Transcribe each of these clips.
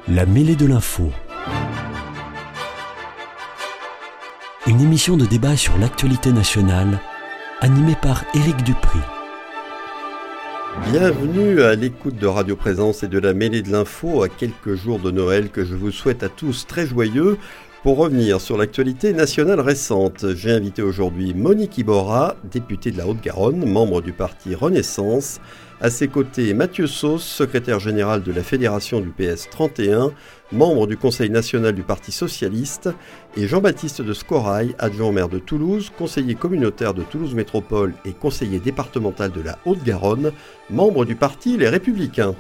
La mêlée de l'info. Une émission de débat sur l'actualité nationale, animée par Éric Dupri. Bienvenue à l'écoute de Radio Présence et de la mêlée de l'info à quelques jours de Noël que je vous souhaite à tous très joyeux. Pour revenir sur l'actualité nationale récente, j'ai invité aujourd'hui Monique Iborra, députée de la Haute-Garonne, membre du parti Renaissance. À ses côtés, Mathieu Sauce, secrétaire général de la Fédération du PS 31, membre du Conseil national du Parti socialiste, et Jean-Baptiste de Scorail, adjoint au maire de Toulouse, conseiller communautaire de Toulouse Métropole et conseiller départemental de la Haute-Garonne, membre du parti Les Républicains.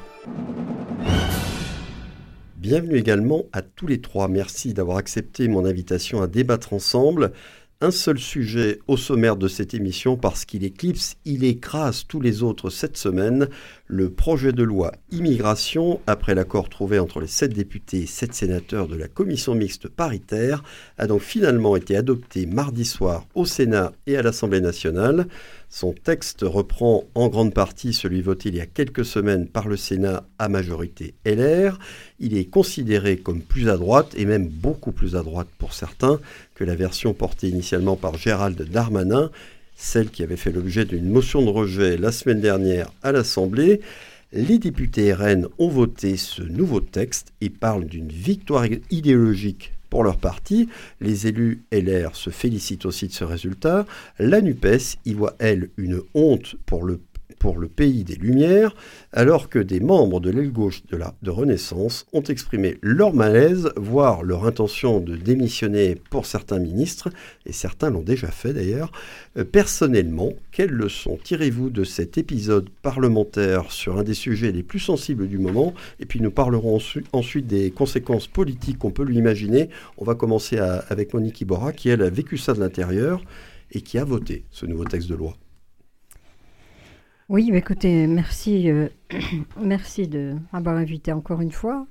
Bienvenue également à tous les trois. Merci d'avoir accepté mon invitation à débattre ensemble. Un seul sujet au sommaire de cette émission parce qu'il éclipse, il écrase tous les autres cette semaine. Le projet de loi immigration, après l'accord trouvé entre les 7 députés et 7 sénateurs de la commission mixte paritaire, a donc finalement été adopté mardi soir au Sénat et à l'Assemblée nationale. Son texte reprend en grande partie celui voté il y a quelques semaines par le Sénat à majorité LR. Il est considéré comme plus à droite, et même beaucoup plus à droite pour certains, que la version portée initialement par Gérald Darmanin, celle qui avait fait l'objet d'une motion de rejet la semaine dernière à l'Assemblée. Les députés RN ont voté ce nouveau texte et parlent d'une victoire idéologique pour leur parti. Les élus LR se félicitent aussi de ce résultat. La NUPES y voit, elle, une honte pour le pays des Lumières, alors que des membres de l'aile gauche de Renaissance ont exprimé leur malaise, voire leur intention de démissionner pour certains ministres, et certains l'ont déjà fait d'ailleurs. Personnellement, quelles leçons tirez-vous de cet épisode parlementaire sur un des sujets les plus sensibles du moment? Et puis nous parlerons ensuite des conséquences politiques qu'on peut lui imaginer. On va commencer avec Monique Iborra, qui elle a vécu ça de l'intérieur et qui a voté ce nouveau texte de loi. Oui, écoutez, merci de m'avoir invité encore une fois.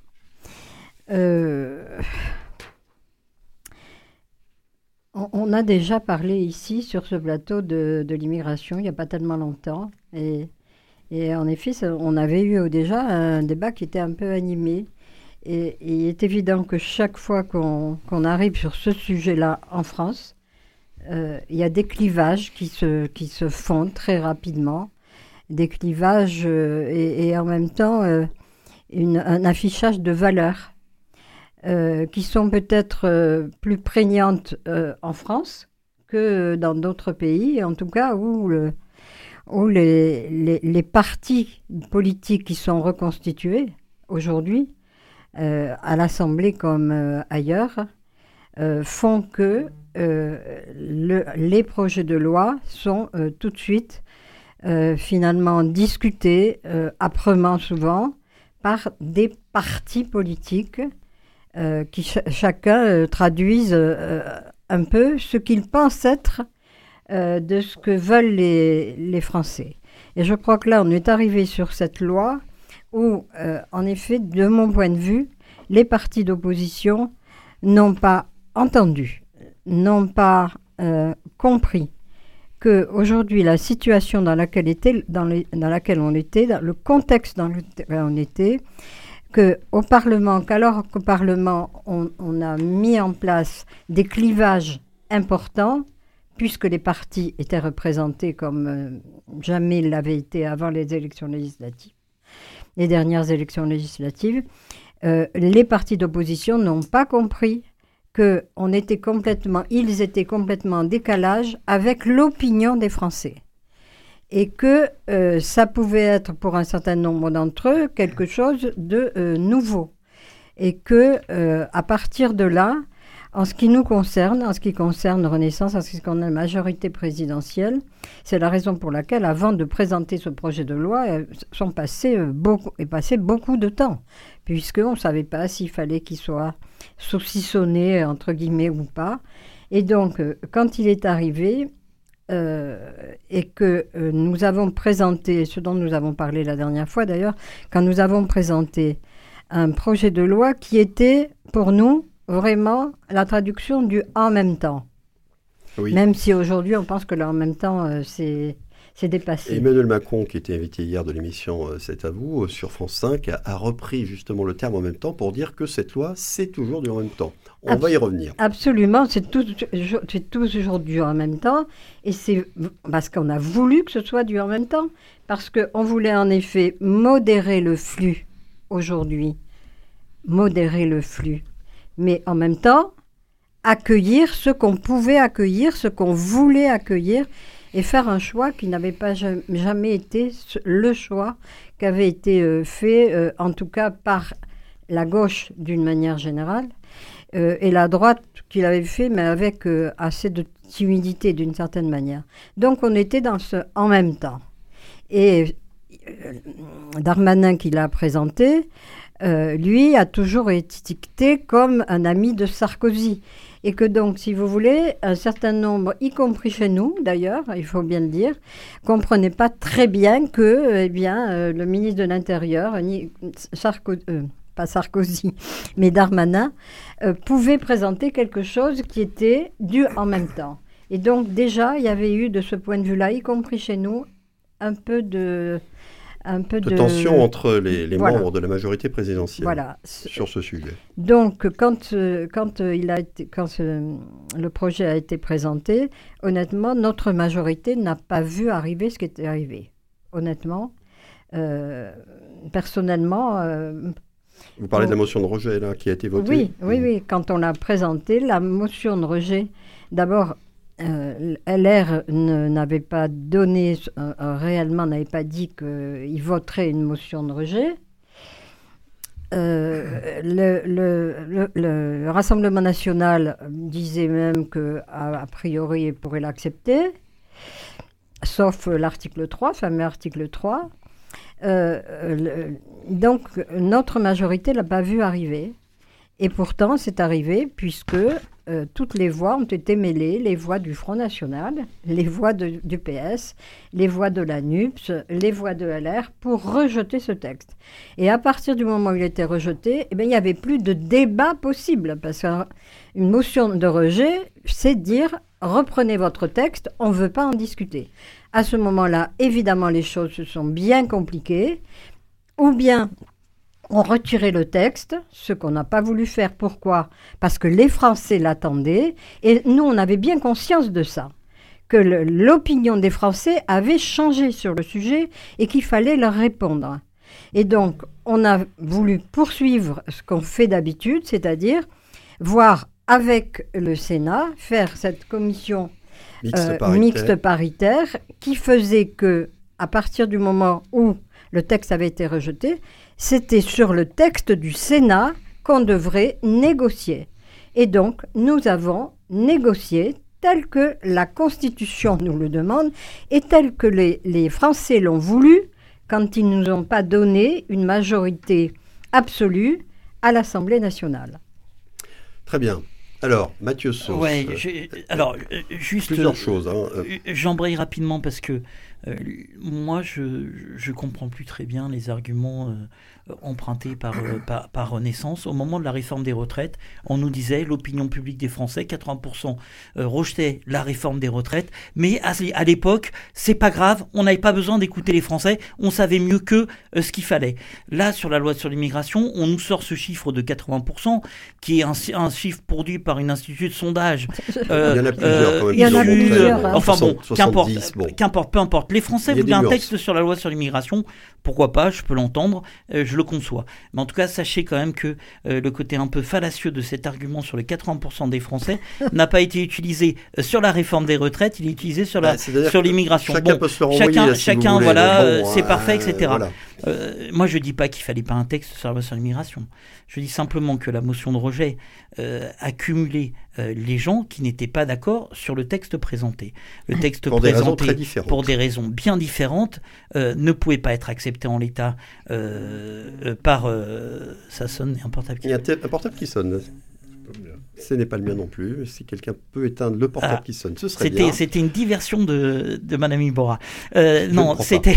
On a déjà parlé ici sur ce plateau de l'immigration il n'y a pas tellement longtemps. Et en effet, on avait eu déjà un débat qui était un peu animé. Et il est évident que chaque fois qu'on arrive sur ce sujet-là en France, il y a des clivages qui se font très rapidement. Des clivages et en même temps un affichage de valeurs qui sont peut-être plus prégnantes en France que dans d'autres pays, en tout cas où les partis politiques qui sont reconstitués aujourd'hui, à l'Assemblée comme ailleurs, font que les projets de loi sont tout de suite finalement discuté âprement souvent par des partis politiques qui chacun traduisent un peu ce qu'ils pensent être de ce que veulent les Français. Et je crois que là, on est arrivé sur cette loi où, en effet, de mon point de vue, les partis d'opposition n'ont pas entendu, n'ont pas compris qu'aujourd'hui, la situation dans laquelle on était, dans le contexte dans lequel on était, qu'alors qu'au Parlement, on a mis en place des clivages importants, puisque les partis étaient représentés comme jamais ils l'avaient été avant les élections législatives, les dernières élections législatives, les partis d'opposition n'ont pas compris qu'ils étaient complètement en décalage avec l'opinion des Français. Et que ça pouvait être, pour un certain nombre d'entre eux, quelque chose de nouveau. Et que, à partir de là, en ce qui concerne Renaissance, en ce qui concerne la majorité présidentielle, c'est la raison pour laquelle, avant de présenter ce projet de loi, est passé beaucoup de temps, puisqu'on ne savait pas s'il fallait qu'il soit saucissonné, entre guillemets, ou pas. Et donc, quand il est arrivé, et que nous avons présenté, ce dont nous avons parlé la dernière fois d'ailleurs, quand nous avons présenté un projet de loi qui était, pour nous, vraiment la traduction du « en même temps ». Oui. Même si aujourd'hui, on pense que le « en même temps », c'est c'est dépassé. Et Emmanuel Macron, qui était invité hier de l'émission C'est à vous, sur France 5, a repris justement le terme en même temps pour dire que cette loi, c'est toujours du en même temps. On va y revenir. Absolument, c'est toujours du en même temps, et c'est parce qu'on a voulu que ce soit du en même temps, parce qu'on voulait en effet modérer le flux aujourd'hui, mais en même temps, accueillir ce qu'on pouvait accueillir, ce qu'on voulait accueillir, et faire un choix qui n'avait pas jamais été le choix qui avait été fait, en tout cas par la gauche d'une manière générale, et la droite qui l'avait fait, mais avec assez de timidité d'une certaine manière. Donc on était dans ce en même temps. Et Darmanin qui l'a présenté, lui a toujours été étiqueté comme un ami de Sarkozy. Et que donc, si vous voulez, un certain nombre, y compris chez nous d'ailleurs, il faut bien le dire, comprenaient pas très bien que le ministre de l'Intérieur, pas Sarkozy, mais Darmanin, pouvait présenter quelque chose qui était dû en même temps. Et donc déjà, il y avait eu de ce point de vue-là, y compris chez nous, un peu de tension entre les membres de la majorité présidentielle sur ce sujet. Donc, quand le projet a été présenté, honnêtement, notre majorité n'a pas vu arriver ce qui était arrivé. Honnêtement, personnellement... Vous parlez de la motion de rejet là, qui a été votée ? Oui. Quand on l'a présentée, la motion de rejet, d'abord... LR n'avait pas donné, réellement n'avait pas dit qu'il voterait une motion de rejet. Le Rassemblement national disait même qu'a priori, il pourrait l'accepter, sauf l'article 3, fameux article 3. Donc, notre majorité ne l'a pas vu arriver. Et pourtant, c'est arrivé puisque toutes les voix ont été mêlées, les voix du Front National, les voix du PS, les voix de la NUPS, les voix de LR pour rejeter ce texte. Et à partir du moment où il était rejeté, il n'y avait plus de débat possible parce qu'une motion de rejet, c'est dire reprenez votre texte, on ne veut pas en discuter. À ce moment-là, évidemment, les choses se sont bien compliquées, ou bien... on retirait le texte, ce qu'on n'a pas voulu faire. Pourquoi ? Parce que les Français l'attendaient et nous, on avait bien conscience de ça, que l'opinion des Français avait changé sur le sujet et qu'il fallait leur répondre. Et donc, on a voulu poursuivre ce qu'on fait d'habitude, c'est-à-dire voir avec le Sénat, faire cette commission mixte paritaire qui faisait que, à partir du moment où le texte avait été rejeté, c'était sur le texte du Sénat qu'on devrait négocier. Et donc, nous avons négocié tel que la Constitution nous le demande et tel que les Français l'ont voulu quand ils ne nous ont pas donné une majorité absolue à l'Assemblée nationale. Très bien. Alors, Mathieu Sauce. Ouais, juste plusieurs choses. J'embraye rapidement parce que moi, je comprends plus très bien les arguments empruntés par Renaissance. Au moment de la réforme des retraites, on nous disait l'opinion publique des Français, 80% rejetaient la réforme des retraites, mais à l'époque, c'est pas grave, on n'avait pas besoin d'écouter les Français, on savait mieux que ce qu'il fallait. Là, sur la loi sur l'immigration, on nous sort ce chiffre de 80%, qui est un chiffre produit par une institut de sondage. Il y en a plusieurs quand même. Il y en a plusieurs. Enfin bon, 70, qu'importe, peu importe. Les Français voulaient un texte sur la loi sur l'immigration, pourquoi pas, je peux l'entendre, je le conçois. Mais en tout cas, sachez quand même que le côté un peu fallacieux de cet argument sur les 80% des Français n'a pas été utilisé sur la réforme des retraites, il est utilisé sur l'immigration. Chacun peut se le renvoyer, chacun si voilà, c'est parfait, etc. Voilà. Moi, je dis pas qu'il fallait pas un texte sur la loi sur l'immigration. Je dis simplement que la motion de rejet a cumulé les gens qui n'étaient pas d'accord sur le texte présenté. Le texte présenté, pour des raisons bien différentes, ne pouvait pas être accepté en l'état par... ça sonne, un portable qui... Il y a un portable qui sonne. Ce n'est pas le mien non plus. Si quelqu'un peut éteindre le portable qui sonne, ce serait bien. C'était une diversion de Madame Iborra. Non, c'était...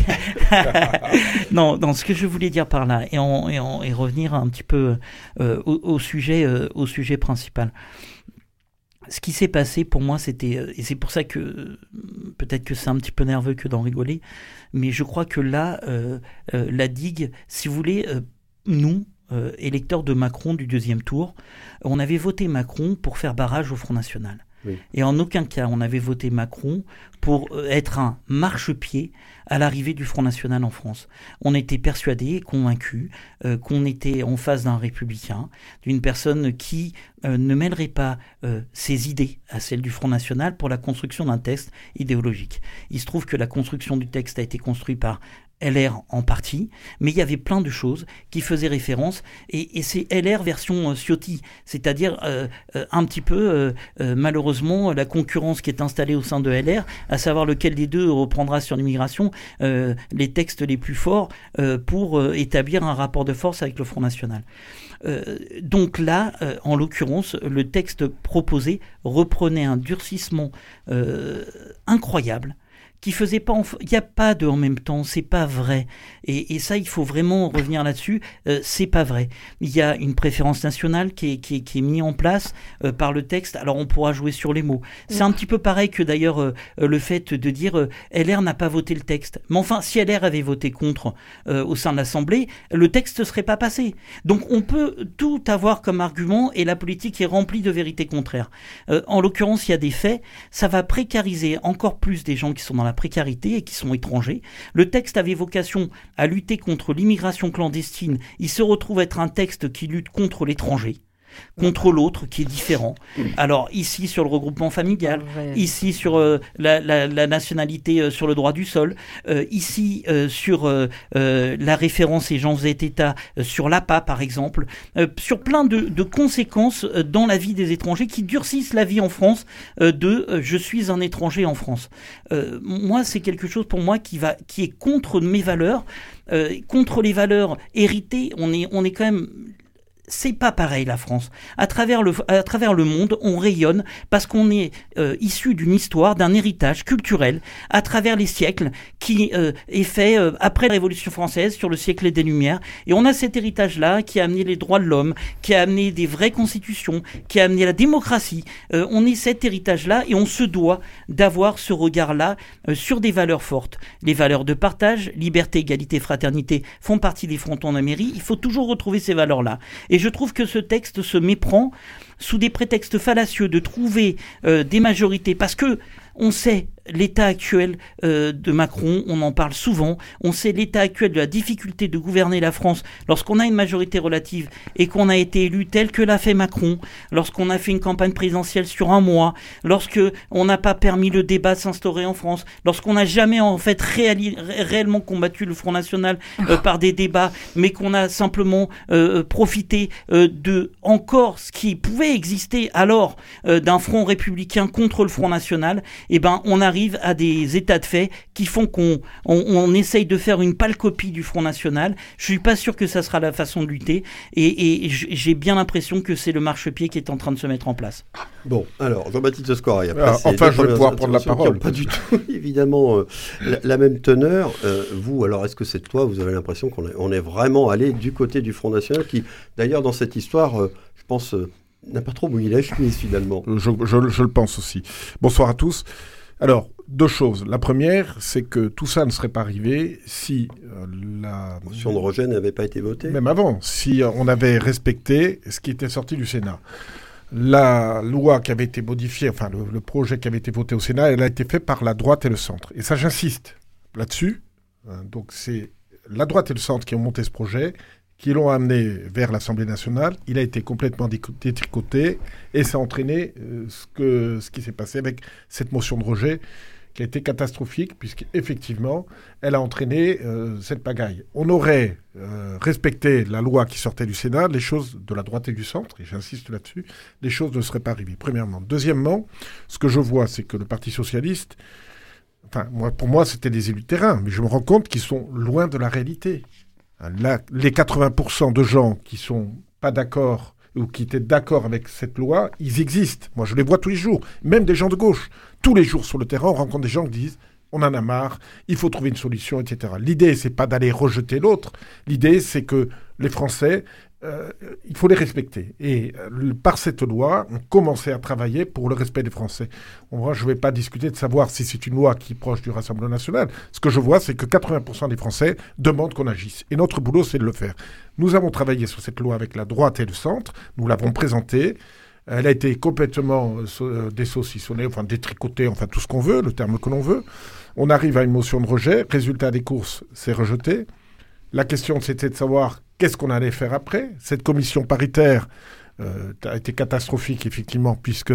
non, ce que je voulais dire par là, et revenir un petit peu au sujet principal. Ce qui s'est passé pour moi, c'était, et c'est pour ça que peut-être que c'est un petit peu nerveux que d'en rigoler, mais je crois que là, la digue, si vous voulez, nous, électeurs de Macron du deuxième tour, on avait voté Macron pour faire barrage au Front National. Oui. Et en aucun cas, on avait voté Macron pour être un marchepied à l'arrivée du Front National en France. On était persuadés, convaincus, qu'on était en face d'un républicain, d'une personne qui ne mêlerait pas ses idées à celles du Front National pour la construction d'un texte idéologique. Il se trouve que la construction du texte a été construite par LR en partie, mais il y avait plein de choses qui faisaient référence, et c'est LR version Ciotti, c'est-à-dire un petit peu, malheureusement, la concurrence qui est installée au sein de LR, à savoir lequel des deux reprendra sur l'immigration les textes les plus forts pour établir un rapport de force avec le Front National. Donc là, en l'occurrence, le texte proposé reprenait un durcissement incroyable, qui faisait pas, il n'y a pas de en même temps, c'est pas vrai. Et ça, il faut vraiment revenir là-dessus, c'est pas vrai. Il y a une préférence nationale qui est mise en place par le texte. Alors on pourra jouer sur les mots. C'est un petit peu pareil que d'ailleurs le fait de dire LR n'a pas voté le texte. Mais enfin, si LR avait voté contre au sein de l'Assemblée, le texte ne serait pas passé. Donc on peut tout avoir comme argument, et la politique est remplie de vérités contraires. En l'occurrence, il y a des faits, ça va précariser encore plus des gens qui sont dans la précarité et qui sont étrangers. Le texte avait vocation à lutter contre l'immigration clandestine. Il se retrouve être un texte qui lutte contre l'étranger, contre l'autre qui est différent. Alors ici sur le regroupement familial, ici sur la nationalité, sur le droit du sol, ici sur la référence, et j'en faisais état, sur l'APA par exemple, sur plein de conséquences dans la vie des étrangers qui durcissent la vie en France je suis un étranger en France. Moi, c'est quelque chose pour moi qui est contre mes valeurs, contre les valeurs héritées. On est quand même... C'est pas pareil la France. À travers le monde, on rayonne parce qu'on est issu d'une histoire, d'un héritage culturel à travers les siècles qui est fait après la Révolution française, sur le siècle des Lumières. Et on a cet héritage-là qui a amené les droits de l'homme, qui a amené des vraies constitutions, qui a amené la démocratie. On est cet héritage-là et on se doit d'avoir ce regard-là sur des valeurs fortes. Les valeurs de partage, liberté, égalité, fraternité font partie des frontons de la mairie. Il faut toujours retrouver ces valeurs-là. Et je trouve que ce texte se méprend sous des prétextes fallacieux de trouver des majorités, parce que on sait l'état actuel de Macron, on en parle souvent, on sait l'état actuel de la difficulté de gouverner la France lorsqu'on a une majorité relative et qu'on a été élu tel que l'a fait Macron, lorsqu'on a fait une campagne présidentielle sur un mois, lorsqu'on n'a pas permis le débat de s'instaurer en France, lorsqu'on n'a jamais en fait réellement combattu le Front National par des débats, mais qu'on a simplement profité de encore ce qui pouvait exister alors d'un front républicain contre le Front National, et ben on arrive à des états de fait qui font qu'on essaye de faire une pâle copie du Front National. Je suis pas sûr que ça sera la façon de lutter, et j'ai bien l'impression que c'est le marchepied qui est en train de se mettre en place. Bon, alors Jean-Baptiste Scoray, enfin je vais pouvoir prendre la parole. Pas du tout, évidemment, la même teneur. Vous, alors est-ce que cette loi, vous avez l'impression qu'on est vraiment allé du côté du Front National, qui d'ailleurs dans cette histoire, je pense, n'a pas trop mouillé la chemise finalement. Je le pense aussi. Bonsoir à tous. Alors, deux choses. La première, c'est que tout ça ne serait pas arrivé si la motion de rejet n'avait pas été votée. Même avant, si on avait respecté ce qui était sorti du Sénat. La loi qui avait été modifiée, enfin le projet qui avait été voté au Sénat, elle a été fait par la droite et le centre. Et ça, j'insiste là-dessus. Donc, c'est la droite et le centre qui ont monté ce projet, qui l'ont amené vers l'Assemblée nationale. Il a été complètement détricoté et ça a entraîné ce qui s'est passé avec cette motion de rejet qui a été catastrophique, puisqu'effectivement, elle a entraîné cette pagaille. On aurait respecté la loi qui sortait du Sénat, les choses de la droite et du centre, et j'insiste là-dessus, les choses ne seraient pas arrivées, premièrement. Deuxièmement, ce que je vois, c'est que le Parti socialiste, pour moi, c'était des élus de terrain, mais je me rends compte qu'ils sont loin de la réalité. Là, les 80% de gens qui sont pas d'accord ou qui étaient d'accord avec cette loi, ils existent. Moi, je les vois tous les jours. Même des gens de gauche. Tous les jours sur le terrain, on rencontre des gens qui disent « on en a marre, il faut trouver une solution, etc. » L'idée, c'est pas d'aller rejeter l'autre. L'idée, c'est que les Français il faut les respecter. Et par cette loi, on commençait à travailler pour le respect des Français. Moi, je ne vais pas discuter de savoir si c'est une loi qui est proche du Rassemblement national. Ce que je vois, c'est que 80% des Français demandent qu'on agisse. Et notre boulot, c'est de le faire. Nous avons travaillé sur cette loi avec la droite et le centre. Nous l'avons présentée. Elle a été complètement désaucissonnée, enfin détricotée, enfin tout ce qu'on veut, le terme que l'on veut. On arrive à une motion de rejet. Résultat des courses, c'est rejeté. La question, c'était de savoir qu'est-ce qu'on allait faire après. Cette commission paritaire a été catastrophique, effectivement, puisque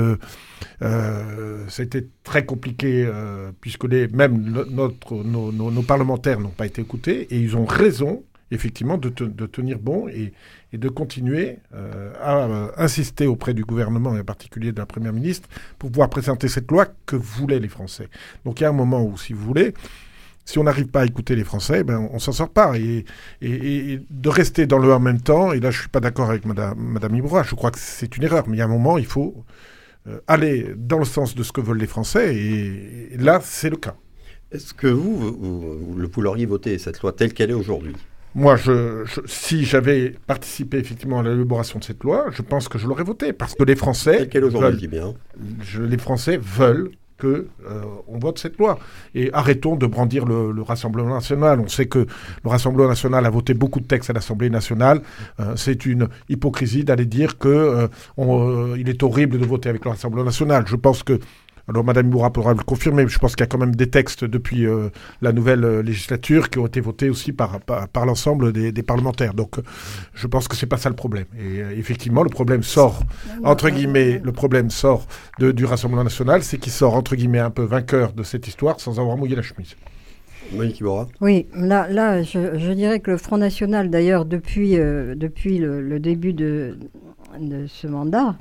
c'était très compliqué, puisque même nos parlementaires n'ont pas été écoutés, et ils ont raison, effectivement, de tenir bon et de continuer à insister auprès du gouvernement, et en particulier de la Première ministre, pour pouvoir présenter cette loi que voulaient les Français. Donc il y a un moment où, si vous voulez, si on n'arrive pas à écouter les Français, on ne s'en sort pas. Et de rester dans le en même temps, et là je ne suis pas d'accord avec Madame Ibrois, je crois que c'est une erreur, mais il y a un moment, il faut aller dans le sens de ce que veulent les Français, et là c'est le cas. Est-ce que vous l'auriez voté, cette loi telle qu'elle est aujourd'hui ? Moi, si j'avais participé effectivement à l'élaboration de cette loi, je pense que je l'aurais votée, parce que les Français... Telle qu'elle est aujourd'hui, je dis bien. Les Français veulent qu'on vote cette loi. Et arrêtons de brandir le Rassemblement national. On sait que le Rassemblement national a voté beaucoup de textes à l'Assemblée nationale. C'est une hypocrisie d'aller dire qu'il est horrible de voter avec le Rassemblement national. Je pense que... Alors, Mme Moura pourra le confirmer, mais je pense qu'il y a quand même des textes depuis la nouvelle législature qui ont été votés aussi par l'ensemble des parlementaires. Donc, je pense que c'est pas ça le problème. Et effectivement, le problème sort, entre guillemets, du Rassemblement national, c'est qu'il sort, entre guillemets, un peu vainqueur de cette histoire sans avoir mouillé la chemise. Monique Iborra. Oui, là je dirais que le Front National, d'ailleurs, depuis le début de ce mandat,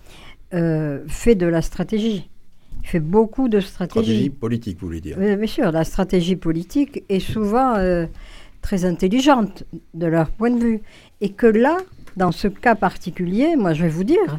fait de la stratégie. Il fait beaucoup de stratégie politique, vous voulez dire. Bien sûr, la stratégie politique est souvent très intelligente de leur point de vue. Et que là, dans ce cas particulier, moi je vais vous dire,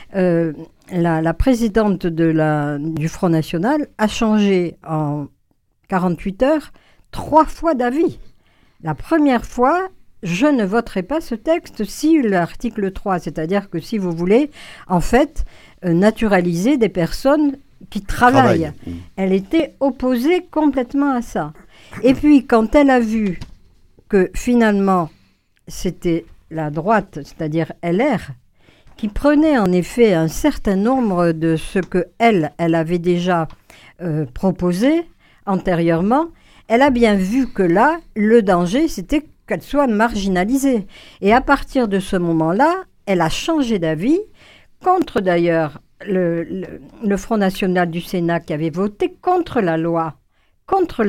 la présidente du Front National a changé en 48 heures 3 fois d'avis. La première fois, je ne voterai pas ce texte si l'article 3, c'est-à-dire que si vous voulez, en fait, naturaliser des personnes qui travaille. Elle était opposée complètement à ça. Et puis, quand elle a vu que finalement, c'était la droite, c'est-à-dire LR, qui prenait en effet un certain nombre de ce que elle avait déjà proposé antérieurement, elle a bien vu que là, le danger, c'était qu'elle soit marginalisée. Et à partir de ce moment-là, elle a changé d'avis, contre d'ailleurs le Front National du Sénat qui avait voté contre la loi, contre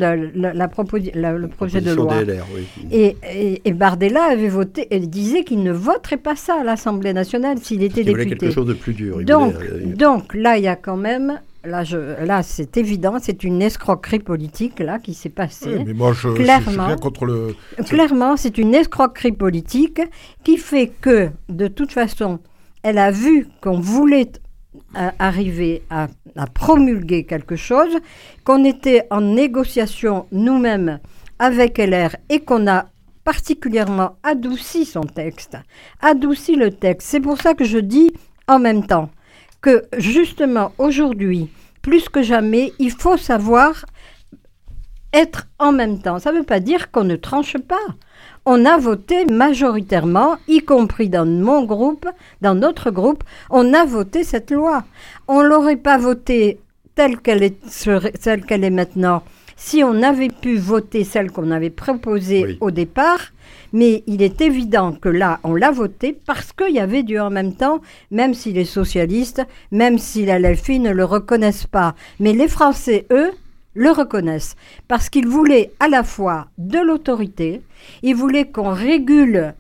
le projet de loi. DLR, oui. Et Bardella avait voté, elle disait qu'il ne voterait pas ça à l'Assemblée nationale s'il était député. Il voulait quelque chose de plus dur. Donc là, il y a quand même... Là, c'est évident, c'est une escroquerie politique là qui s'est passée. Oui, mais moi, je suis bien contre le... Clairement, c'est une escroquerie politique qui fait que, de toute façon, elle a vu qu'on voulait arriver à promulguer quelque chose, qu'on était en négociation nous-mêmes avec LR et qu'on a particulièrement adouci son texte, adouci le texte. C'est pour ça que je dis en même temps que justement aujourd'hui, plus que jamais, il faut savoir être en même temps. Ça ne veut pas dire qu'on ne tranche pas. On a voté majoritairement, y compris dans mon groupe, dans notre groupe, on a voté cette loi. On ne l'aurait pas votée telle qu'elle est maintenant, si on avait pu voter celle qu'on avait proposée au départ. Mais il est évident que là, on l'a votée parce qu'il y avait du en même temps, même si les socialistes, même si la LFI ne le reconnaissent pas. Mais les Français, eux, le reconnaissent, parce qu'ils voulaient à la fois de l'autorité, ils voulaient qu'on régule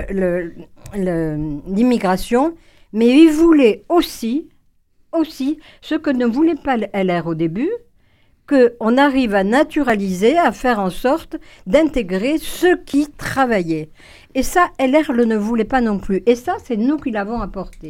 l'immigration, mais ils voulaient aussi ce que ne voulait pas le LR au début, qu'on arrive à naturaliser, à faire en sorte d'intégrer ceux qui travaillaient. Et ça, LR ne voulait pas non plus. Et ça, c'est nous qui l'avons apporté.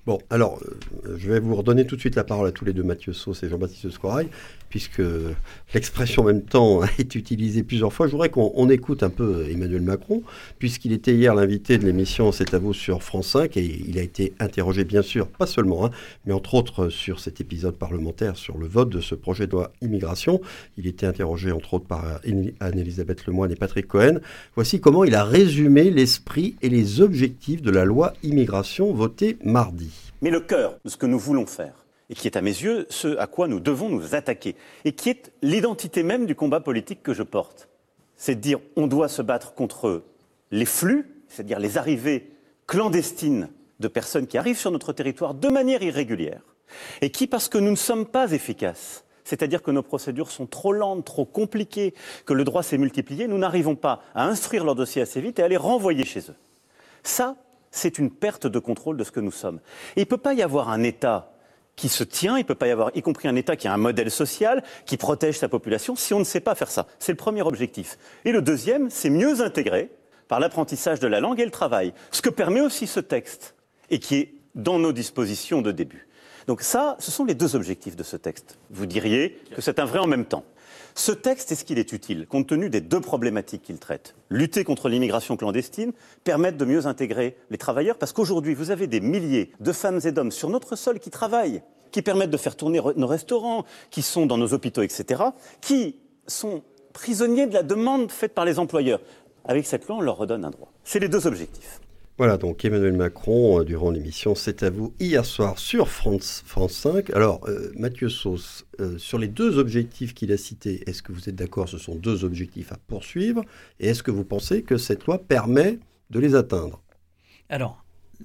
Bon, alors, je vais vous redonner tout de suite la parole à tous les deux, Mathieu Sauce et Jean-Baptiste Scorail, puisque l'expression en même temps est utilisée plusieurs fois. Je voudrais qu'on écoute un peu Emmanuel Macron, puisqu'il était hier l'invité de l'émission C'est à vous sur France 5, et il a été interrogé, bien sûr, pas seulement, mais entre autres sur cet épisode parlementaire, sur le vote de ce projet de loi immigration. Il était interrogé, entre autres, par Anne-Elisabeth Lemoine et Patrick Cohen. Voici comment il a résumé l'esprit et les objectifs de la loi immigration votée mardi. Mais le cœur de ce que nous voulons faire, et qui est à mes yeux ce à quoi nous devons nous attaquer, et qui est l'identité même du combat politique que je porte, c'est de dire on doit se battre contre les flux, c'est-à-dire les arrivées clandestines de personnes qui arrivent sur notre territoire de manière irrégulière, et qui, parce que nous ne sommes pas efficaces, c'est-à-dire que nos procédures sont trop lentes, trop compliquées, que le droit s'est multiplié, nous n'arrivons pas à instruire leur dossier assez vite et à les renvoyer chez eux. Ça, c'est une perte de contrôle de ce que nous sommes. Et il ne peut pas y avoir un État qui se tient, il ne peut pas y avoir, y compris un État qui a un modèle social, qui protège sa population, si on ne sait pas faire ça. C'est le premier objectif. Et le deuxième, c'est mieux intégrer par l'apprentissage de la langue et le travail. Ce que permet aussi ce texte, et qui est dans nos dispositions de début. Donc ça, ce sont les deux objectifs de ce texte. Vous diriez que c'est un vrai en même temps. Ce texte, est-ce qu'il est utile, compte tenu des deux problématiques qu'il traite? Lutter contre l'immigration clandestine, permettre de mieux intégrer les travailleurs, parce qu'aujourd'hui, vous avez des milliers de femmes et d'hommes sur notre sol qui travaillent, qui permettent de faire tourner nos restaurants, qui sont dans nos hôpitaux, etc., qui sont prisonniers de la demande faite par les employeurs. Avec cette loi, on leur redonne un droit. C'est les deux objectifs. Voilà, donc Emmanuel Macron, durant l'émission C'est à vous, hier soir sur France 5. Alors, Mathieu Sauce, sur les deux objectifs qu'il a cités, est-ce que vous êtes d'accord, ce sont deux objectifs à poursuivre? Et est-ce que vous pensez que cette loi permet de les atteindre? Alors,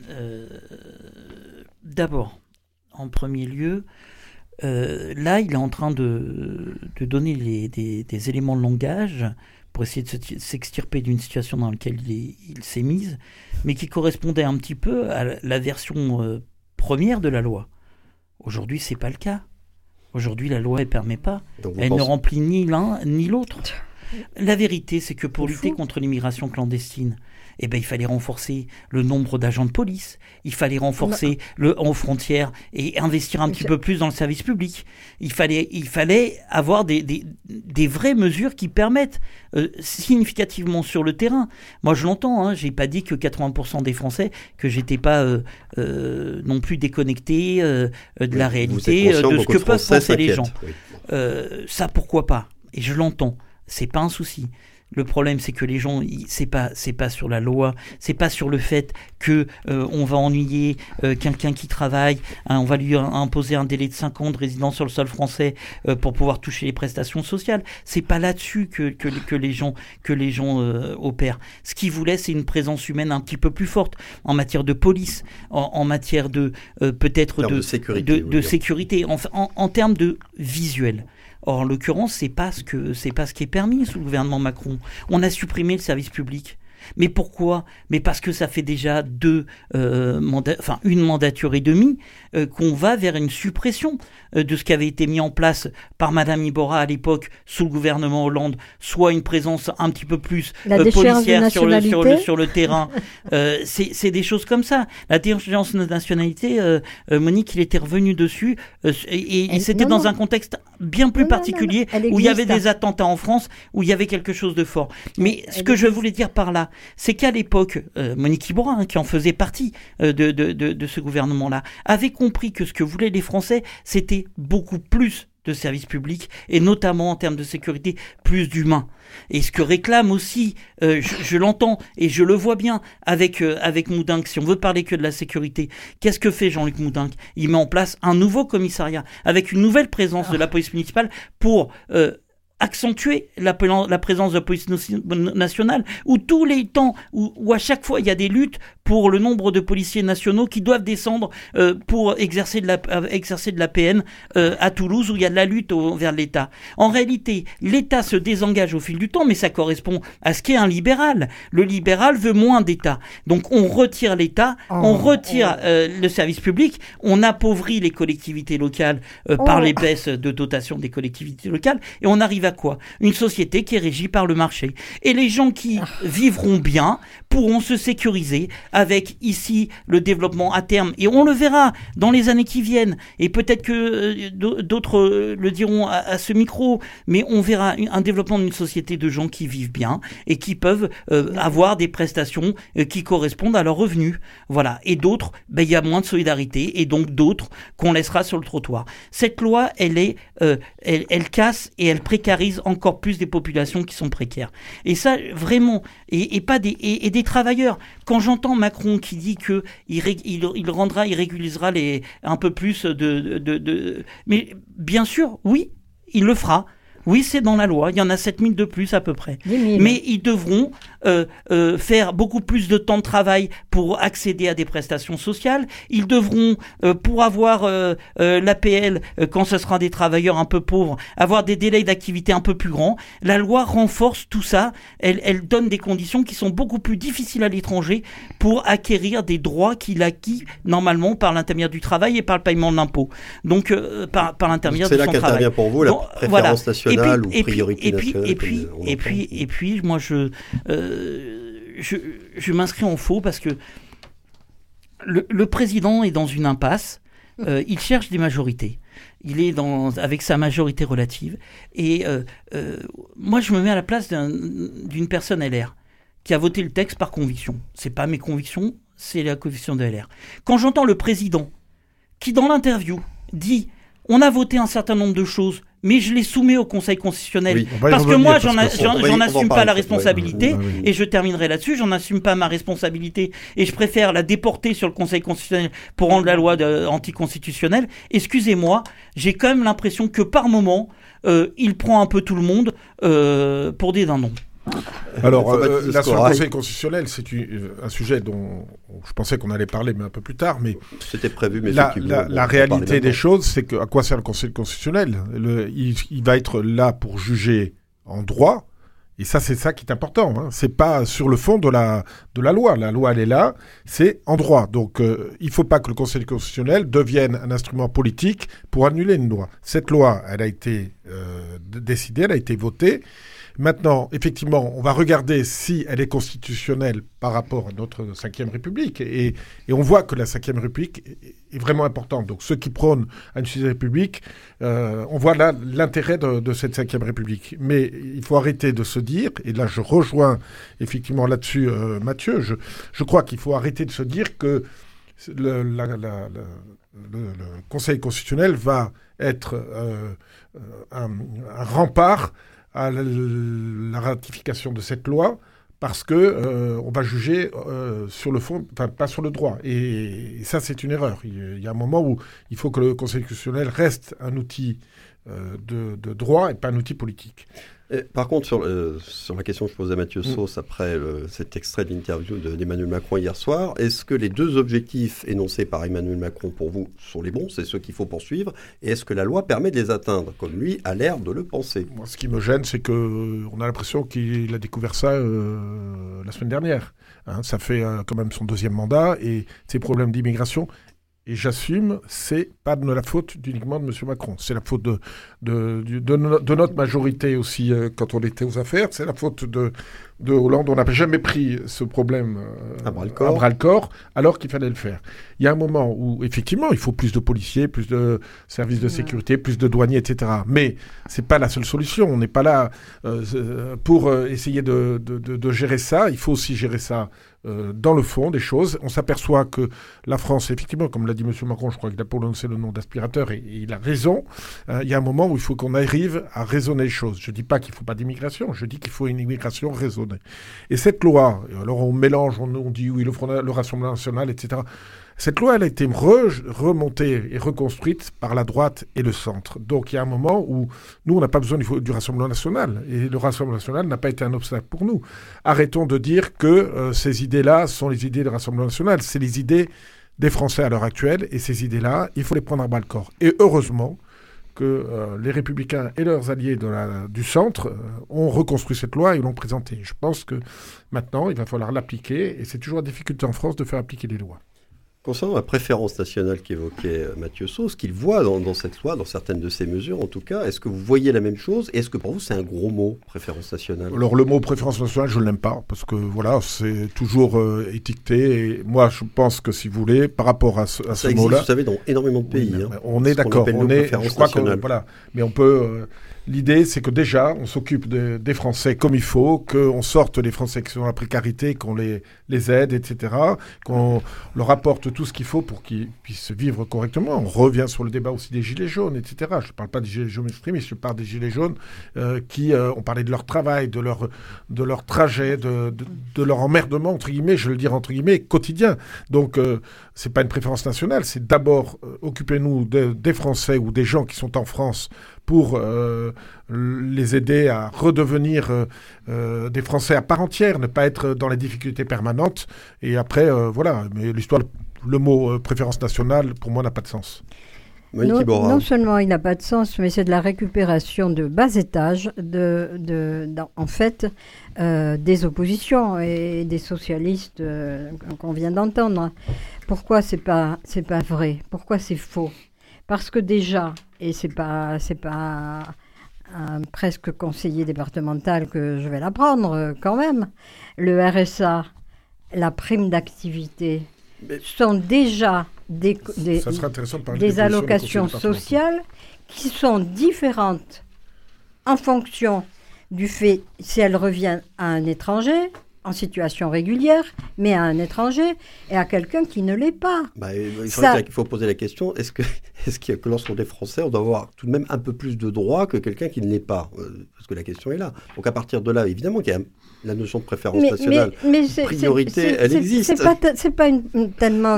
d'abord, en premier lieu, là, il est en train de donner des éléments de langage pour essayer de s'extirper d'une situation dans laquelle il s'est mise, mais qui correspondait un petit peu à la version première de la loi. Aujourd'hui, c'est pas le cas. Aujourd'hui, la loi ne permet pas. Elle ne remplit ni l'un ni l'autre. La vérité, c'est que pour lutter contre l'immigration clandestine, il fallait renforcer le nombre d'agents de police, il fallait renforcer en frontières et investir un petit peu plus dans le service public. Il fallait avoir des vraies mesures qui permettent significativement sur le terrain. Moi, je l'entends, j'ai pas dit que 80% des Français, que j'étais pas non plus déconnecté de la réalité, de ce que peuvent penser les gens. Oui. Ça, pourquoi pas? Et je l'entends. C'est pas un souci. Le problème, c'est que les gens, c'est pas sur la loi, c'est pas sur le fait que on va ennuyer quelqu'un qui travaille, on va lui imposer un délai de 5 ans de résidence sur le sol français pour pouvoir toucher les prestations sociales. C'est pas là-dessus que les gens opèrent. Ce qu'ils voulaient, c'est une présence humaine un petit peu plus forte en matière de police, en matière de peut-être de sécurité, en termes de visuel. Or, en l'occurrence, c'est pas ce qui est permis sous le gouvernement Macron. On a supprimé le service public. Mais pourquoi? Mais parce que ça fait déjà une mandature et demie qu'on va vers une suppression de ce qui avait été mis en place par Madame Iborra à l'époque sous le gouvernement Hollande, soit une présence un petit peu plus policière sur le terrain. C'est des choses comme ça. La déchéance de nationalité, Monique, il était revenu dessus et c'était dans un contexte bien plus particulier où il y avait des attentats en France, où il y avait quelque chose de fort. Mais ce que je voulais dire par là, c'est qu'à l'époque, Monique Iborra, qui en faisait partie de ce gouvernement-là, avait compris que ce que voulaient les Français, c'était beaucoup plus de services publics, et notamment en termes de sécurité, plus d'humains. Et ce que réclame aussi, je l'entends et je le vois bien avec Moudinque, si on veut parler que de la sécurité, qu'est-ce que fait Jean-Luc Moudinque? Il met en place un nouveau commissariat avec une nouvelle présence de la police municipale pour accentuer la présence de la police nationale, où tous les temps, où à chaque fois il y a des luttes pour le nombre de policiers nationaux qui doivent descendre pour exercer de la PN à Toulouse, où il y a de la lutte vers l'État. En réalité, l'État se désengage au fil du temps, mais ça correspond à ce qu'est un libéral. Le libéral veut moins d'État. Donc on retire l'État, on retire le service public, on appauvrit les collectivités locales par les baisses de dotation des collectivités locales, et on arrive à quoi? Une société qui est régie par le marché. Et les gens qui vivront bien pourront se sécuriser avec ici le développement à terme, et on le verra dans les années qui viennent, et peut-être que d'autres le diront à ce micro, mais on verra un développement d'une société de gens qui vivent bien et qui peuvent avoir des prestations qui correspondent à leurs revenus. Voilà. Et d'autres, il y a moins de solidarité, et donc d'autres qu'on laissera sur le trottoir. Cette loi, elle casse et elle précarise encore plus des populations qui sont précaires. Et ça, vraiment, et pas des travailleurs. Quand j'entends Macron qui dit que il régularisera un peu plus mais bien sûr, oui, il le fera. Oui, c'est dans la loi. Il y en a 7000 de plus à peu près. Mais ils devront faire beaucoup plus de temps de travail pour accéder à des prestations sociales. Ils devront, pour avoir l'APL, quand ce sera des travailleurs un peu pauvres, avoir des délais d'activité un peu plus grands. La loi renforce tout ça. Elle donne des conditions qui sont beaucoup plus difficiles à l'étranger pour acquérir des droits qu'il acquit normalement par l'intermédiaire du travail et par le paiement de l'impôt. Donc, par l'intermédiaire de son travail. C'est là qu'intervient pour vous la préférence nationale. Ou priorité nationale. Et puis, moi, je m'inscris en faux parce que le président est dans une impasse. Il cherche des majorités. Il est avec sa majorité relative. Et moi, je me mets à la place d'une personne LR qui a voté le texte par conviction. C'est pas mes convictions, c'est la conviction de LR. Quand j'entends le président qui, dans l'interview, dit « On a voté un certain nombre de choses, mais je les soumets au Conseil constitutionnel. Oui, parce que moi, j'en assume pas la responsabilité, et je terminerai là-dessus, j'en assume pas ma responsabilité, et je préfère la déporter sur le Conseil constitutionnel pour rendre la loi anticonstitutionnelle. Excusez-moi, j'ai quand même l'impression que par moment, il prend un peu tout le monde pour des dindons. Alors, là, sur le Conseil constitutionnel, c'est un sujet dont je pensais qu'on allait parler, mais un peu plus tard. Mais c'était prévu, mais la réalité des choses, c'est à quoi sert le Conseil constitutionnel ? Il va être là pour juger en droit, et ça, c'est ça qui est important. Hein. C'est pas sur le fond de la loi. La loi, elle est là, c'est en droit. Donc, il ne faut pas que le Conseil constitutionnel devienne un instrument politique pour annuler une loi. Cette loi, elle a été décidée, elle a été votée. Maintenant, effectivement, on va regarder si elle est constitutionnelle par rapport à notre Ve République. Et on voit que la Ve République est vraiment importante. Donc, ceux qui prônent une Sixième République, on voit là l'intérêt de cette Ve République. Mais il faut arrêter de se dire, et là je rejoins effectivement là-dessus Mathieu, je crois qu'il faut arrêter de se dire que le Conseil constitutionnel va être un rempart à la ratification de cette loi, parce que on va juger sur le fond, enfin pas sur le droit. Et ça, c'est une erreur. Il y a un moment où il faut que le Conseil constitutionnel reste un outil de droit et pas un outil politique. Et par contre, sur la question que je posais à Mathieu Sauce après cet extrait de l'interview d'Emmanuel Macron hier soir, est-ce que les deux objectifs énoncés par Emmanuel Macron pour vous sont les bons, c'est ceux qu'il faut poursuivre, et est-ce que la loi permet de les atteindre, comme lui a l'air de le penser ? Moi, ce qui me gêne, c'est qu'on a l'impression qu'il a découvert ça la semaine dernière. Hein, ça fait quand même son 2e mandat, et ces problèmes d'immigration... Et j'assume, c'est pas de la faute uniquement de M. Macron. C'est la faute de notre majorité aussi quand on était aux affaires. C'est la faute de Hollande. On n'a jamais pris ce problème à bras-le-corps alors qu'il fallait le faire. Il y a un moment où, effectivement, il faut plus de policiers, plus de services de sécurité, plus de douaniers, etc. Mais c'est pas la seule solution. On n'est pas là pour essayer de gérer ça. Il faut aussi gérer ça dans le fond des choses. On s'aperçoit que la France, effectivement, comme l'a dit M. Macron, je crois qu'il a prononcé le nom d'aspirateur, et il a raison. Il y a un moment où il faut qu'on arrive à raisonner les choses. Je ne dis pas qu'il ne faut pas d'immigration, je dis qu'il faut une immigration raisonnée. Et cette loi, alors on mélange, on dit oui, le Rassemblement national, etc. Cette loi, elle a été remontée et reconstruite par la droite et le centre. Donc il y a un moment où nous, on n'a pas besoin du Rassemblement national. Et le Rassemblement national n'a pas été un obstacle pour nous. Arrêtons de dire que ces idées-là sont les idées du Rassemblement national. C'est les idées des Français à l'heure actuelle. Et ces idées-là, il faut les prendre à bras-le-corps. Et heureusement que les Républicains et leurs alliés du centre ont reconstruit cette loi et l'ont présentée. Je pense que maintenant, il va falloir l'appliquer. Et c'est toujours la difficulté en France de faire appliquer les lois. Concernant la préférence nationale qu'évoquait Mathieu Saut, ce qu'il voit dans cette loi, dans certaines de ces mesures en tout cas, est-ce que vous voyez la même chose? Et est-ce que pour vous c'est un gros mot, préférence nationale? Alors le mot préférence nationale, je ne l'aime pas, parce que voilà, c'est toujours étiqueté. Et moi, je pense que si vous voulez, par rapport à ce existe, mot-là... vous savez, dans énormément de pays. Oui, on est d'accord, je crois que voilà, mais on peut... L'idée, c'est que déjà, on s'occupe des Français comme il faut, qu'on sorte les Français qui sont dans la précarité, qu'on les aide, etc., qu'on leur apporte tout ce qu'il faut pour qu'ils puissent vivre correctement. On revient sur le débat aussi des gilets jaunes, etc. Je ne parle pas des gilets jaunes extrémistes, je parle des gilets jaunes qui ont parlé de leur travail, de leur trajet, de leur emmerdement, entre guillemets, je veux le dire entre guillemets, quotidien. Donc, c'est pas une préférence nationale, c'est d'abord occupez-nous des Français ou des gens qui sont en France pour les aider à redevenir des Français à part entière, ne pas être dans les difficultés permanentes. Et après, voilà. Mais l'histoire, le mot préférence nationale, pour moi, n'a pas de sens. Non seulement il n'a pas de sens, mais c'est de la récupération de bas étage, en fait, des oppositions et des socialistes qu'on vient d'entendre. Pourquoi c'est pas vrai? Pourquoi c'est faux? Parce que déjà, et c'est pas un presque conseiller départemental que je vais l'apprendre quand même, le RSA, la prime d'activité, sont déjà des allocations sociales qui sont différentes en fonction du fait si elles reviennent à un étranger en situation régulière, mais à un étranger et à quelqu'un qui ne l'est pas. Il faut poser la question, est-ce que lorsqu'on est français, on doit avoir tout de même un peu plus de droits que quelqu'un qui ne l'est pas? Parce que la question est là. Donc à partir de là, évidemment qu'il y a la notion de préférence nationale, priorité, elle existe. C'est pas tellement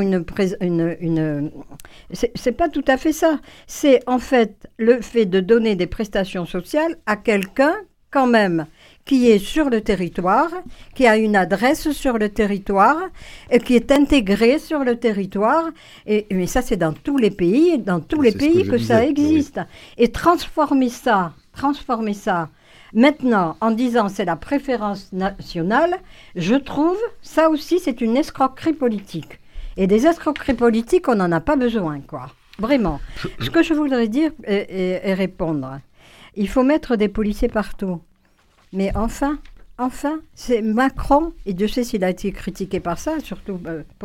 c'est pas tout à fait ça. C'est en fait le fait de donner des prestations sociales à quelqu'un quand même qui est sur le territoire, qui a une adresse sur le territoire, et qui est intégré sur le territoire. Mais ça, c'est dans tous les pays, que ça existe. Oui. Et transformer ça, maintenant, en disant c'est la préférence nationale, je trouve, ça aussi, c'est une escroquerie politique. Et des escroqueries politiques, on n'en a pas besoin, quoi. Vraiment. Ce que je voudrais dire et répondre, il faut mettre des policiers partout. Mais enfin, c'est Macron, et Dieu sait s'il a été critiqué par ça, surtout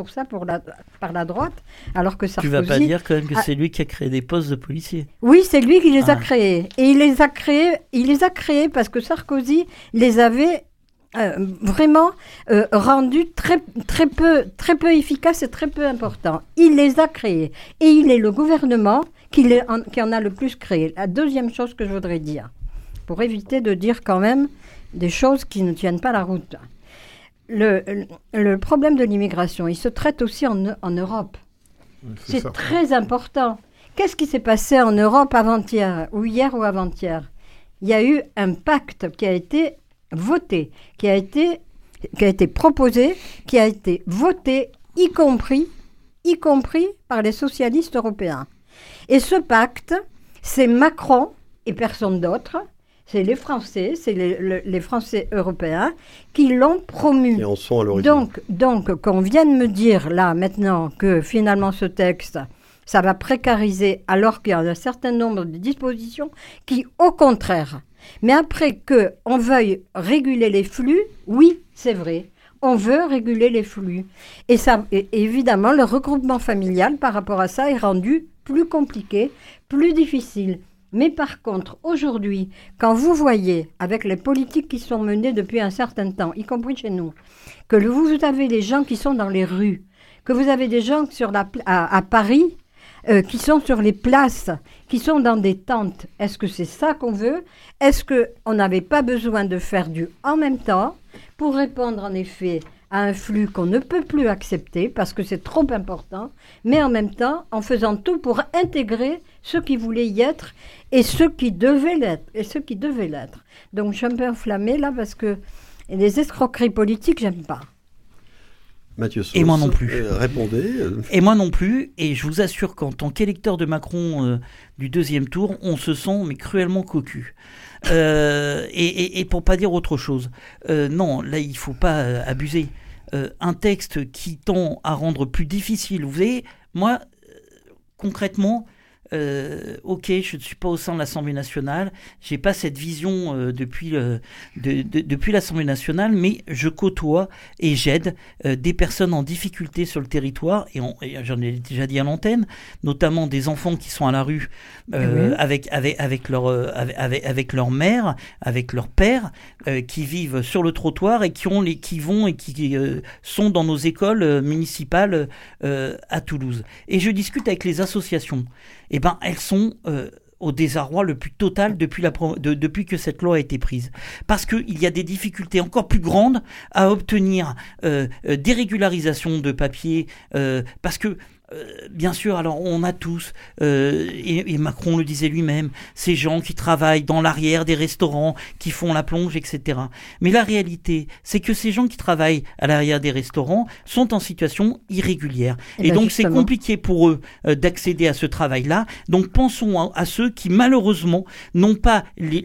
par la droite, alors que Sarkozy... Tu vas pas dire quand même que c'est lui qui a créé des postes de policiers? Oui, c'est lui qui les a créés. Et il les a créés parce que Sarkozy les avait vraiment rendus très, très peu efficaces et très peu importants. Il les a créés. Et il est le gouvernement qui en a le plus créé. La deuxième chose que je voudrais dire, pour éviter de dire quand même des choses qui ne tiennent pas la route. Le problème de l'immigration, il se traite aussi en Europe. C'est très important. Qu'est-ce qui s'est passé en Europe avant-hier, ou hier ou avant-hier? Il y a eu un pacte qui a été voté, qui a été proposé, qui a été voté, y compris par les socialistes européens. Et ce pacte, c'est Macron et personne d'autre. C'est les Français, c'est les Français européens qui l'ont promu. Et en sont à l'origine. Donc, qu'on vienne me dire là maintenant que finalement ce texte, ça va précariser alors qu'il y a un certain nombre de dispositions qui, au contraire, mais après qu'on veuille réguler les flux, oui, c'est vrai, on veut réguler les flux. Et évidemment, le regroupement familial par rapport à ça est rendu plus compliqué, plus difficile. Mais par contre, aujourd'hui, quand vous voyez, avec les politiques qui sont menées depuis un certain temps, y compris chez nous, que vous avez des gens qui sont dans les rues, que vous avez des gens à Paris qui sont sur les places, qui sont dans des tentes, est-ce que c'est ça qu'on veut? Est-ce qu'on n'avait pas besoin de faire du en même temps pour répondre en effet à un flux qu'on ne peut plus accepter parce que c'est trop important, mais en même temps en faisant tout pour intégrer ceux qui voulaient y être et ceux qui devaient l'être. Donc je suis un peu enflammée là parce que les escroqueries politiques, j'aime pas. Mathieu Saut, et moi non plus. Répondez. Et moi non plus. Et je vous assure qu'en tant qu'électeur de Macron du deuxième tour, on se sent mais cruellement cocu. Et pour pas dire autre chose. Non, là il faut pas abuser. un texte qui tend à rendre plus difficile. Vous voyez, moi, concrètement, ok, je ne suis pas au sein de l'Assemblée nationale, j'ai pas cette vision depuis l'Assemblée nationale, mais je côtoie et j'aide des personnes en difficulté sur le territoire, et j'en ai déjà dit à l'antenne, notamment des enfants qui sont à la rue avec leur mère, avec leur père, qui vivent sur le trottoir et qui sont dans nos écoles municipales à Toulouse. Et je discute avec les associations. Eh ben, elles sont au désarroi le plus total depuis que cette loi a été prise. Parce qu'il y a des difficultés encore plus grandes à obtenir des régularisations de papier, parce que bien sûr, alors on a tous, et Macron le disait lui-même, ces gens qui travaillent dans l'arrière des restaurants, qui font la plonge, etc. Mais la réalité, c'est que ces gens qui travaillent à l'arrière des restaurants sont en situation irrégulière. Et donc justement, c'est compliqué pour eux d'accéder à ce travail-là. Donc pensons à ceux qui malheureusement n'ont pas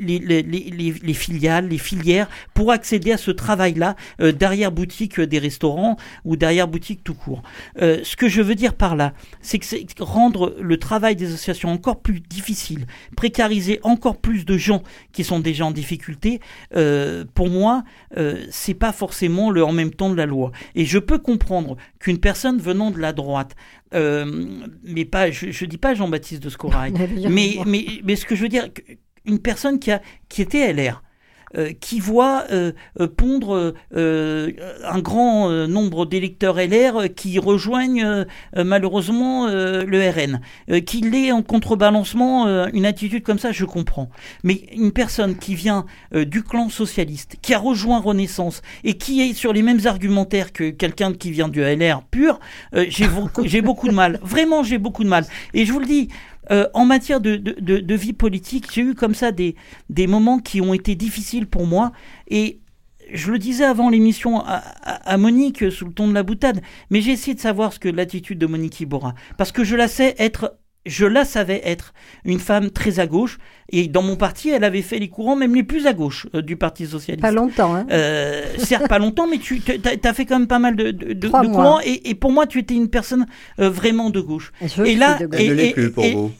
les filiales, les filières pour accéder à ce travail-là d'arrière-boutique des restaurants ou d'arrière-boutique tout court. Ce que je veux dire par là, c'est que c'est rendre le travail des associations encore plus difficile, précariser encore plus de gens qui sont déjà en difficulté. Pour moi, c'est pas forcément le en même temps de la loi. Et je peux comprendre qu'une personne venant de la droite, mais pas, je dis pas Jean-Baptiste de Scorail, mais ce que je veux dire, une personne qui était LR, qui voit pondre un grand nombre d'électeurs LR qui rejoignent malheureusement le RN. Qu'il ait en contrebalancement une attitude comme ça, je comprends. Mais une personne qui vient du clan socialiste, qui a rejoint Renaissance et qui est sur les mêmes argumentaires que quelqu'un qui vient du LR pur, j'ai beaucoup de mal. Vraiment, j'ai beaucoup de mal. Et je vous le dis, en matière de vie politique, j'ai eu comme ça des moments qui ont été difficiles pour moi, et je le disais avant l'émission à Monique sous le ton de la boutade, mais j'ai essayé de savoir ce que l'attitude de Monique Iborra, parce que je la savais être une femme très à gauche, et dans mon parti, elle avait fait les courants même les plus à gauche du Parti socialiste. Pas longtemps, hein. Certes, pas longtemps, mais tu as fait quand même pas mal de courants, et pour moi, tu étais une personne vraiment de gauche. Et là, elle ne l'est plus pour vous.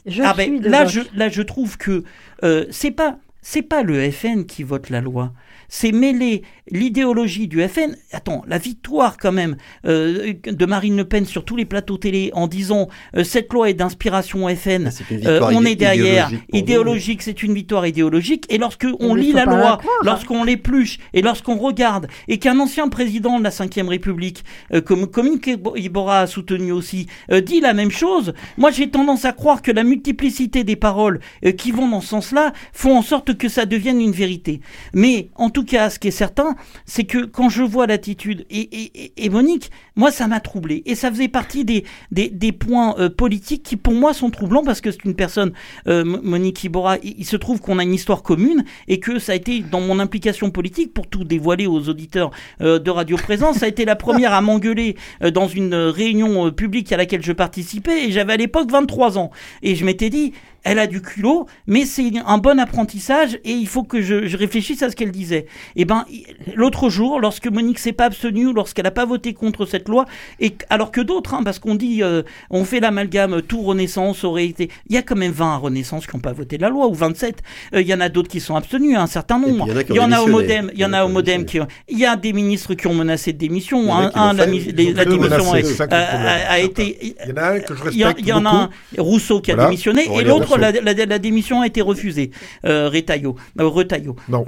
Je trouve que c'est pas le FN qui vote la loi. C'est mêler l'idéologie du FN. Attends, la victoire quand même de Marine Le Pen sur tous les plateaux télé en disant cette loi est d'inspiration FN, on est derrière, idéologique, c'est une victoire idéologique. Et lorsque on lit la loi, lorsqu'on l'épluche et lorsqu'on regarde, et qu'un ancien président de la Ve République, comme Iborra a soutenu aussi, dit la même chose, moi j'ai tendance à croire que la multiplicité des paroles qui vont dans ce sens-là font en sorte que ça devienne une vérité. Mais en tout cas, ce qui est certain, c'est que quand je vois l'attitude et Monique, moi ça m'a troublé, et ça faisait partie des points politiques qui pour moi sont troublants, parce que c'est une personne, Monique Iborra, il se trouve qu'on a une histoire commune, et que ça a été dans mon implication politique, pour tout dévoiler aux auditeurs de Radio Présence, ça a été la première à m'engueuler dans une réunion publique à laquelle je participais, et j'avais à l'époque 23 ans, et je m'étais dit, elle a du culot, mais c'est un bon apprentissage, et il faut que je réfléchisse à ce qu'elle disait. Et ben, l'autre jour, lorsque Monique s'est pas abstenue, ou lorsqu'elle a pas voté contre cette loi, et alors que d'autres, parce qu'on dit, on fait l'amalgame, tout Renaissance aurait été, il y a quand même 20 à Renaissance qui n'ont pas voté la loi, ou 27. Il y en a d'autres qui sont abstenus, un certain nombre. Il y en a au Modem, il y a des ministres qui ont menacé de démission. La démission a été. Il y en a un que je respecte beaucoup. Il y en a un, Rousseau, qui a démissionné, et l'autre, la démission a été refusée. Retailleau. Non,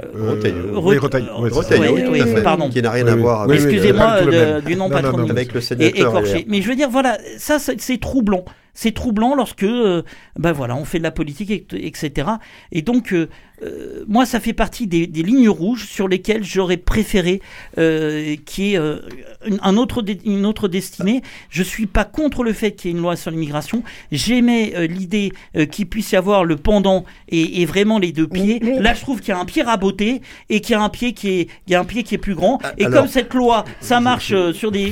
Retailleau, pardon. Qui n'a rien à voir avec... Excusez-moi du nom patronyme. Avec le sénateur. Écorché. Mais je veux dire, voilà, ça, c'est troublant. C'est troublant lorsque, on fait de la politique, etc. Et donc, moi, ça fait partie des lignes rouges sur lesquelles j'aurais préféré qu'il y ait une autre destinée. Je suis pas contre le fait qu'il y ait une loi sur l'immigration. J'aimais l'idée qu'il puisse y avoir le pendant et vraiment les deux pieds. Là, je trouve qu'il y a un pied raboté et qu'il y a un pied qui est plus grand. Et alors, comme cette loi, ça marche que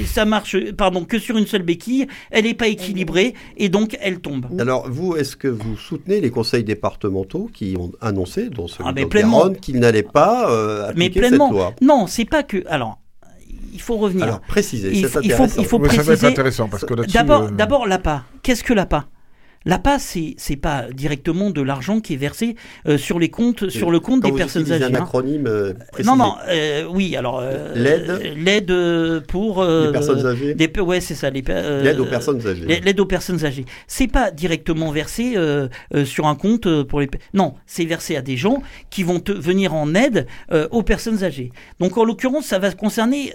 sur une seule béquille, elle n'est pas équilibrée, et donc elle tombe. Alors vous, est-ce que vous soutenez les conseils départementaux qui ont annoncé, dont celui de Garonne, qu'ils n'allaient pas appliquer cette loi? Non, c'est pas que... Alors, il faut revenir. Alors, préciser, il c'est faut intéressant. préciser. Oui, ça va être intéressant, parce que là-dessus... D'abord, l'APA. Qu'est-ce que l'APA ? L'APA, c'est pas directement de l'argent qui est versé sur le compte des personnes âgées. Un acronyme précisé. Non, oui, alors l'aide pour les personnes âgées. Ouais, c'est ça. L'aide aux personnes âgées. L'aide aux personnes âgées. C'est pas directement versé sur un compte pour les. Non, c'est versé à des gens qui vont venir en aide aux personnes âgées. Donc en l'occurrence, ça va concerner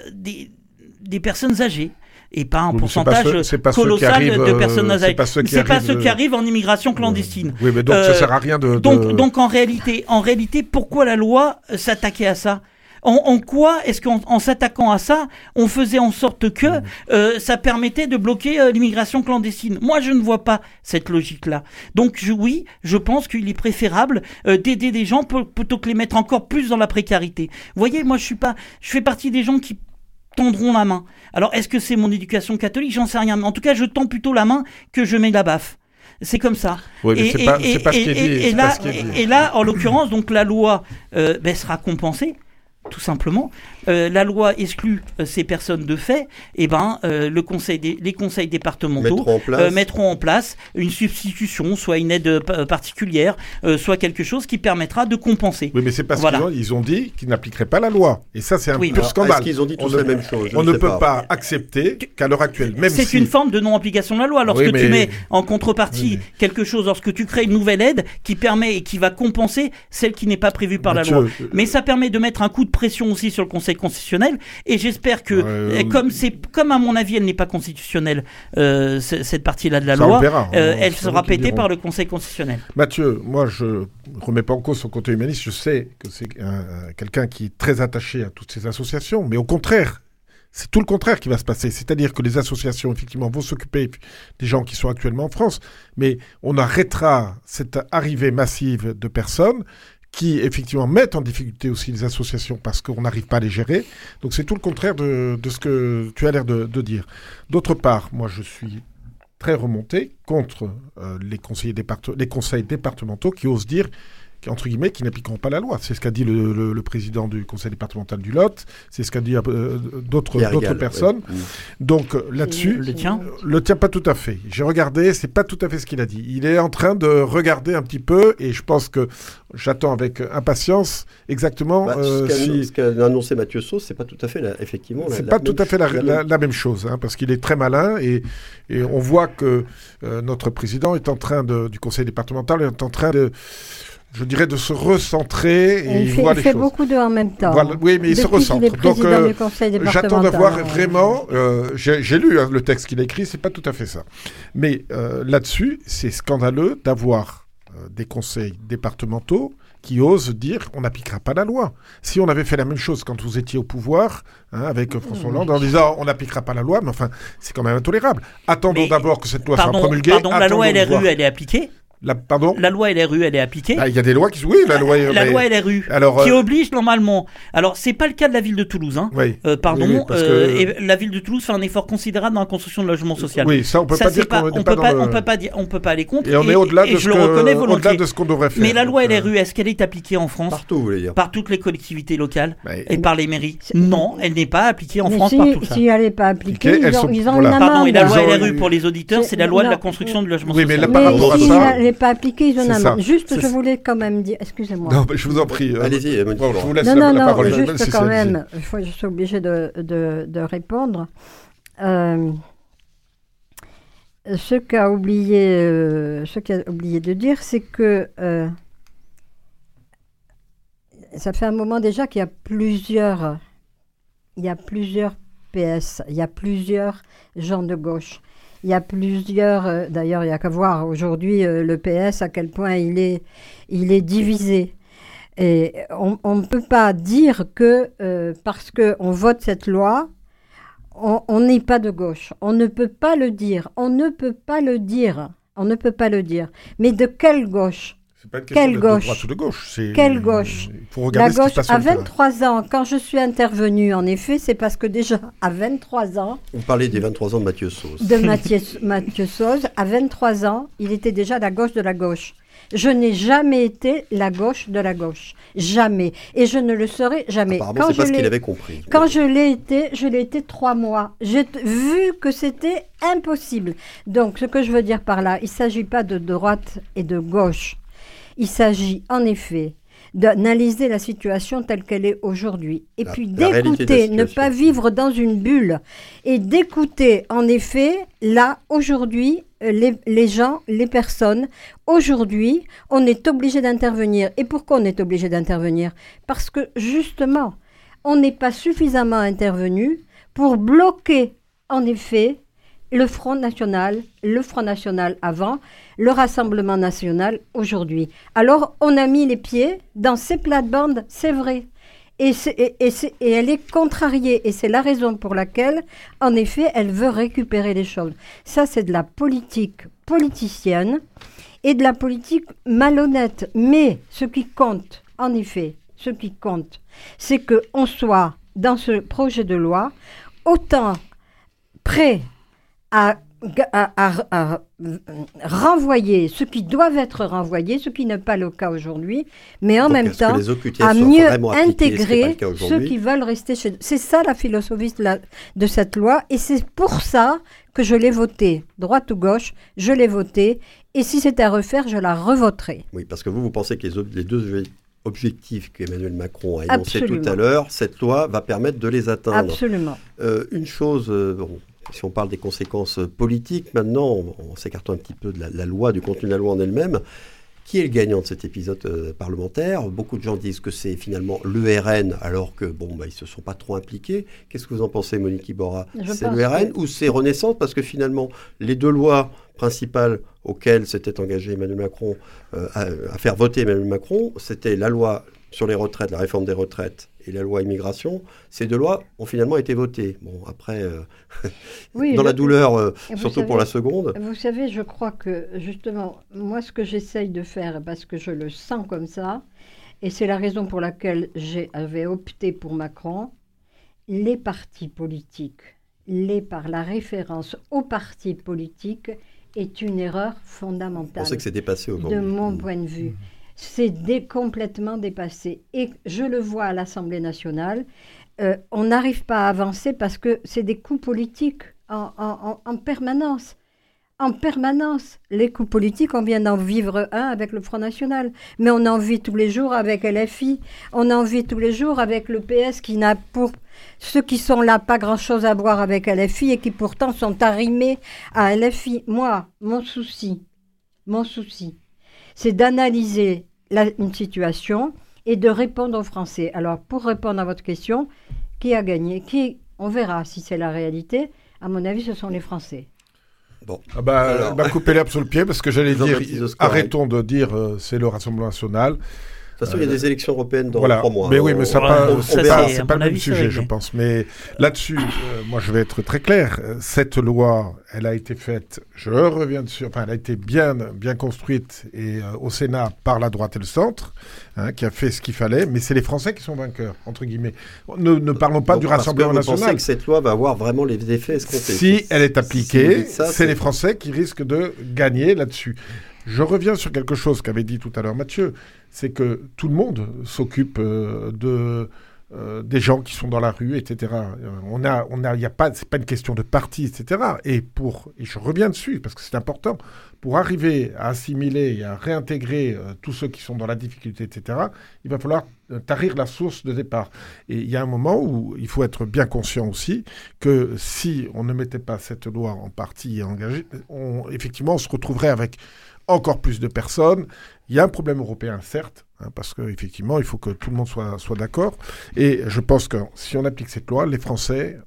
des personnes âgées. Et pas un pourcentage colossal de personnes âgées. C'est pas ceux qui arrivent en immigration clandestine. Oui, mais donc ça sert à rien de... Donc en réalité, pourquoi la loi s'attaquait à ça ? En quoi est-ce qu'en s'attaquant à ça, on faisait en sorte que ça permettait de bloquer l'immigration clandestine ? Moi, je ne vois pas cette logique-là. Donc oui, je pense qu'il est préférable d'aider des gens plutôt que les mettre encore plus dans la précarité. Vous voyez, moi, je fais partie des gens qui tendront la main. Alors, est-ce que c'est mon éducation catholique ? J'en sais rien. Mais en tout cas, je tends plutôt la main que je mets la baffe. C'est comme ça. Oui, mais c'est pas ce qui est dit. Et là, en l'occurrence, donc la loi sera compensée, tout simplement. La loi exclut ces personnes de fait. Et les conseils départementaux mettront en place une substitution, soit une aide particulière, soit quelque chose qui permettra de compenser. Oui, mais c'est parce qu'ils ont dit qu'ils n'appliqueraient pas la loi. Et ça, c'est un pur scandale. Est-ce qu'ils ont dit tous la même chose ? On ne peut pas accepter qu'à l'heure actuelle, même c'est une forme de non-application de la loi. Lorsque tu mets en contrepartie quelque chose, lorsque tu crées une nouvelle aide qui permet et qui va compenser celle qui n'est pas prévue par la loi. Mais ça permet de mettre un coup de pression aussi sur le Conseil constitutionnel. Et j'espère que, comme à mon avis, elle n'est pas constitutionnelle, cette partie-là de la loi, elle sera pétée par le Conseil constitutionnel. Mathieu, moi, je ne remets pas en cause son côté humaniste. Je sais que c'est quelqu'un qui est très attaché à toutes ces associations, mais au contraire, c'est tout le contraire qui va se passer. C'est-à-dire que les associations, effectivement, vont s'occuper des gens qui sont actuellement en France, mais on arrêtera cette arrivée massive de personnes qui, effectivement, mettent en difficulté aussi les associations parce qu'on n'arrive pas à les gérer. Donc, c'est tout le contraire de ce que tu as l'air de dire. D'autre part, moi, je suis très remonté contre les conseils départementaux qui osent dire, entre guillemets, qui n'appliqueront pas la loi. C'est ce qu'a dit le président du conseil départemental du Lot, c'est ce qu'a dit d'autres personnes. Ouais. Donc là-dessus, le tien pas tout à fait. J'ai regardé, c'est pas tout à fait ce qu'il a dit. Il est en train de regarder un petit peu, et je pense que j'attends avec impatience exactement ce qu'a annoncé Mathieu Sauce, c'est pas tout à fait la même chose, hein, parce qu'il est très malin, et on voit que notre président est en train du conseil départemental est en train de se recentrer et il fait beaucoup en même temps. Voilà, oui, mais il se recentre. Donc, j'attends d'avoir vraiment... j'ai lu le texte qu'il a écrit, c'est pas tout à fait ça. Mais là-dessus, c'est scandaleux d'avoir des conseils départementaux qui osent dire on n'appliquera pas la loi. Si on avait fait la même chose quand vous étiez au pouvoir, avec François Hollande, en disant on n'appliquera pas la loi, mais enfin, c'est quand même intolérable. Attendons d'abord que cette loi soit promulguée. La loi LRU, elle est appliquée ? La loi LRU, elle est appliquée. Il y a des lois qui... Oui, la loi LRU, qui oblige normalement... Alors, c'est pas le cas de la ville de Toulouse. Hein. Oui. Et la ville de Toulouse fait un effort considérable dans la construction de logements sociaux. Oui, ça, on peut pas dire qu'on n'est pas dans on peut pas aller contre. Et on est au-delà de ce qu'on devrait faire. Mais la loi LRU, est-ce qu'elle est appliquée en France ? Partout, vous voulez dire. Par toutes les collectivités locales et par les mairies ? Non, elle n'est pas appliquée en France par tout ça. Si elle n'est pas appliquée, ils ont une amende. Pardon, et la loi LRU, pour les auditeurs, c'est la loi de la construction de logements sociaux. Oui, mais par rapport à ça... Si elle n'est pas appliquée, ils ont une amende. Juste, je voulais quand même dire... Excusez-moi. Non, je vous en prie. Allez-y. Je vous laisse la parole. Juste quand même, je suis obligée de répondre. Ce qu'a oublié de dire, c'est que ça fait un moment déjà qu'il y a plusieurs PS, il y a plusieurs gens de gauche. Il y a plusieurs, d'ailleurs, il n'y a qu'à voir aujourd'hui le PS, à quel point il est divisé. Et on ne peut pas dire que parce qu'on vote cette loi, on n'est pas de gauche. On ne peut pas le dire. On ne peut pas le dire. Mais de quelle gauche ? C'est pas une question de droite ou de gauche. Quelle gauche ? Il faut regarder ce qui se passe à 23 ans, quand je suis intervenue, en effet, c'est parce que déjà, à 23 ans... On parlait des 23 ans de Mathieu Sauce. De Mathieu Sauce. À 23 ans, il était déjà à la gauche de la gauche. Je n'ai jamais été la gauche de la gauche. Jamais. Et je ne le serai jamais. Apparemment, c'est pas ce qu'il avait compris. Quand je l'ai été 3 mois. J'ai vu que c'était impossible. Donc, ce que je veux dire par là, il ne s'agit pas de droite et de gauche. Il s'agit, en effet, d'analyser la situation telle qu'elle est aujourd'hui. Et puis d'écouter, ne pas vivre dans une bulle. Et d'écouter, en effet, là, aujourd'hui, les gens, les personnes. Aujourd'hui, on est obligé d'intervenir. Et pourquoi on est obligé d'intervenir ? Parce que, justement, on n'est pas suffisamment intervenu pour bloquer, en effet, le Front National avant, le Rassemblement National aujourd'hui. Alors, on a mis les pieds dans ces plates-bandes, c'est vrai. Et elle est contrariée. Et c'est la raison pour laquelle, en effet, elle veut récupérer les choses. Ça, c'est de la politique politicienne et de la politique malhonnête. Mais ce qui compte, en effet, c'est qu'on soit, dans ce projet de loi, autant prêt à renvoyer ce qui doivent être renvoyés, ce qui n'est pas le cas aujourd'hui, mais en même temps à mieux intégrer ceux qui veulent rester chez eux. C'est ça la philosophie de cette loi, et c'est pour ça que je l'ai votée, droite ou gauche, je l'ai votée, et si c'était à refaire, je la revoterai. Oui, parce que vous pensez que les deux objectifs qu'Emmanuel Macron a énoncés tout à l'heure, cette loi va permettre de les atteindre. Absolument. Une chose... si on parle des conséquences politiques, maintenant, on s'écarte un petit peu de la loi, du contenu de la loi en elle-même. Qui est le gagnant de cet épisode parlementaire ? Beaucoup de gens disent que c'est finalement le RN, alors que, ils ne se sont pas trop impliqués. Qu'est-ce que vous en pensez, Monique Iborra ? C'est le RN ou c'est Renaissance ? Parce que finalement, les deux lois principales auxquelles s'était engagé Emmanuel Macron, à faire voter Emmanuel Macron, c'était la loi sur les retraites, la réforme des retraites, et la loi immigration. Ces deux lois ont finalement été votées. Bon, après, dans la douleur, surtout pour la seconde. Vous savez, je crois que, justement, moi, ce que j'essaye de faire, parce que je le sens comme ça, et c'est la raison pour laquelle j'avais opté pour Macron, les partis politiques, la référence aux partis politiques est une erreur fondamentale. On sait que c'est dépassé aujourd'hui. De mon point de vue. C'est complètement dépassé. Et je le vois à l'Assemblée nationale, on n'arrive pas à avancer parce que c'est des coups politiques en permanence. En permanence. Les coups politiques, on vient d'en vivre un avec le Front National. Mais on en vit tous les jours avec LFI. On en vit tous les jours avec le PS qui n'a pour ceux qui sont là pas grand-chose à voir avec LFI et qui pourtant sont arrimés à LFI. Moi, mon souci, c'est d'analyser une situation et de répondre aux Français. Alors, pour répondre à votre question, qui a gagné ? On verra si c'est la réalité. À mon avis, ce sont les Français. Bon. Coupez l'herbe sous le pied, parce que j'allais dire, arrêtons de dire c'est le Rassemblement National. De toute façon, il y a des élections européennes dans 3 mois. Mais oui, mais c'est pas le même sujet, je pense. Mais là-dessus, moi, je vais être très clair. Cette loi, elle a été faite, je reviens dessus, elle a été bien construite et au Sénat par la droite et le centre, qui a fait ce qu'il fallait. Mais c'est les Français qui sont vainqueurs, entre guillemets. Ne parlons pas du Rassemblement National. Vous pensez que cette loi va avoir vraiment les effets escomptés ? Si elle est appliquée, c'est les Français qui risquent de gagner là-dessus. Je reviens sur quelque chose qu'avait dit tout à l'heure Mathieu, c'est que tout le monde s'occupe des gens qui sont dans la rue, etc. C'est pas une question de parti, etc. Et je reviens dessus parce que c'est important, pour arriver à assimiler et à réintégrer tous ceux qui sont dans la difficulté, etc. Il va falloir tarir la source de départ. Et il y a un moment où il faut être bien conscient aussi que si on ne mettait pas cette loi en partie engagée, effectivement, on se retrouverait avec encore plus de personnes. Il y a un problème européen, certes, parce qu'effectivement, il faut que tout le monde soit d'accord. Et je pense que si on applique cette loi, les Français,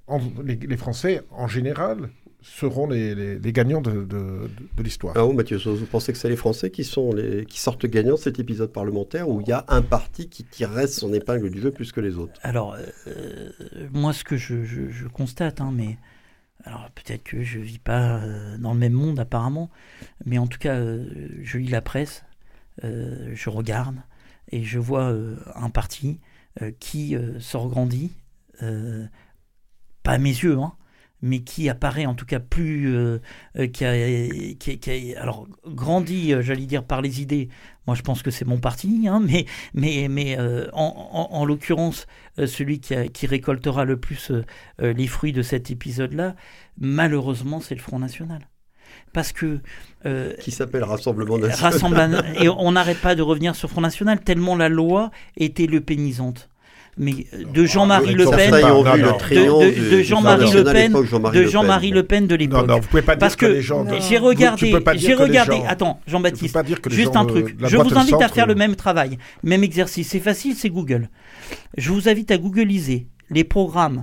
en général, seront les gagnants de l'histoire. Alors, Mathieu Sauze, vous pensez que c'est les Français qui sortent gagnants de cet épisode parlementaire, où il y a un parti qui tirerait son épingle du jeu plus que les autres ? Alors, moi, ce que je constate, mais... Alors peut-être que je ne vis pas dans le même monde apparemment, mais en tout cas je lis la presse, je regarde et je vois un parti qui s'orgrandit, pas à mes yeux, mais qui apparaît en tout cas plus, qui a alors grandi, j'allais dire par les idées. Moi, je pense que c'est mon parti, hein, mais en l'occurrence, celui qui récoltera le plus les fruits de cet épisode-là, malheureusement, c'est le Front National. Parce que qui s'appelle Rassemblement National. Et on n'arrête pas de revenir sur Front National tellement la loi était le pénisante. Mais de Jean-Marie Le Pen, de Jean-Marie Le Pen, de Jean-Marie Le Pen de l'époque. Non, vous pouvez pas dire parce que les gens. J'ai regardé. Attends, Jean-Baptiste, juste un truc. Je vous invite à faire le même travail, même exercice. C'est facile, c'est Google. Je vous invite à googliser les programmes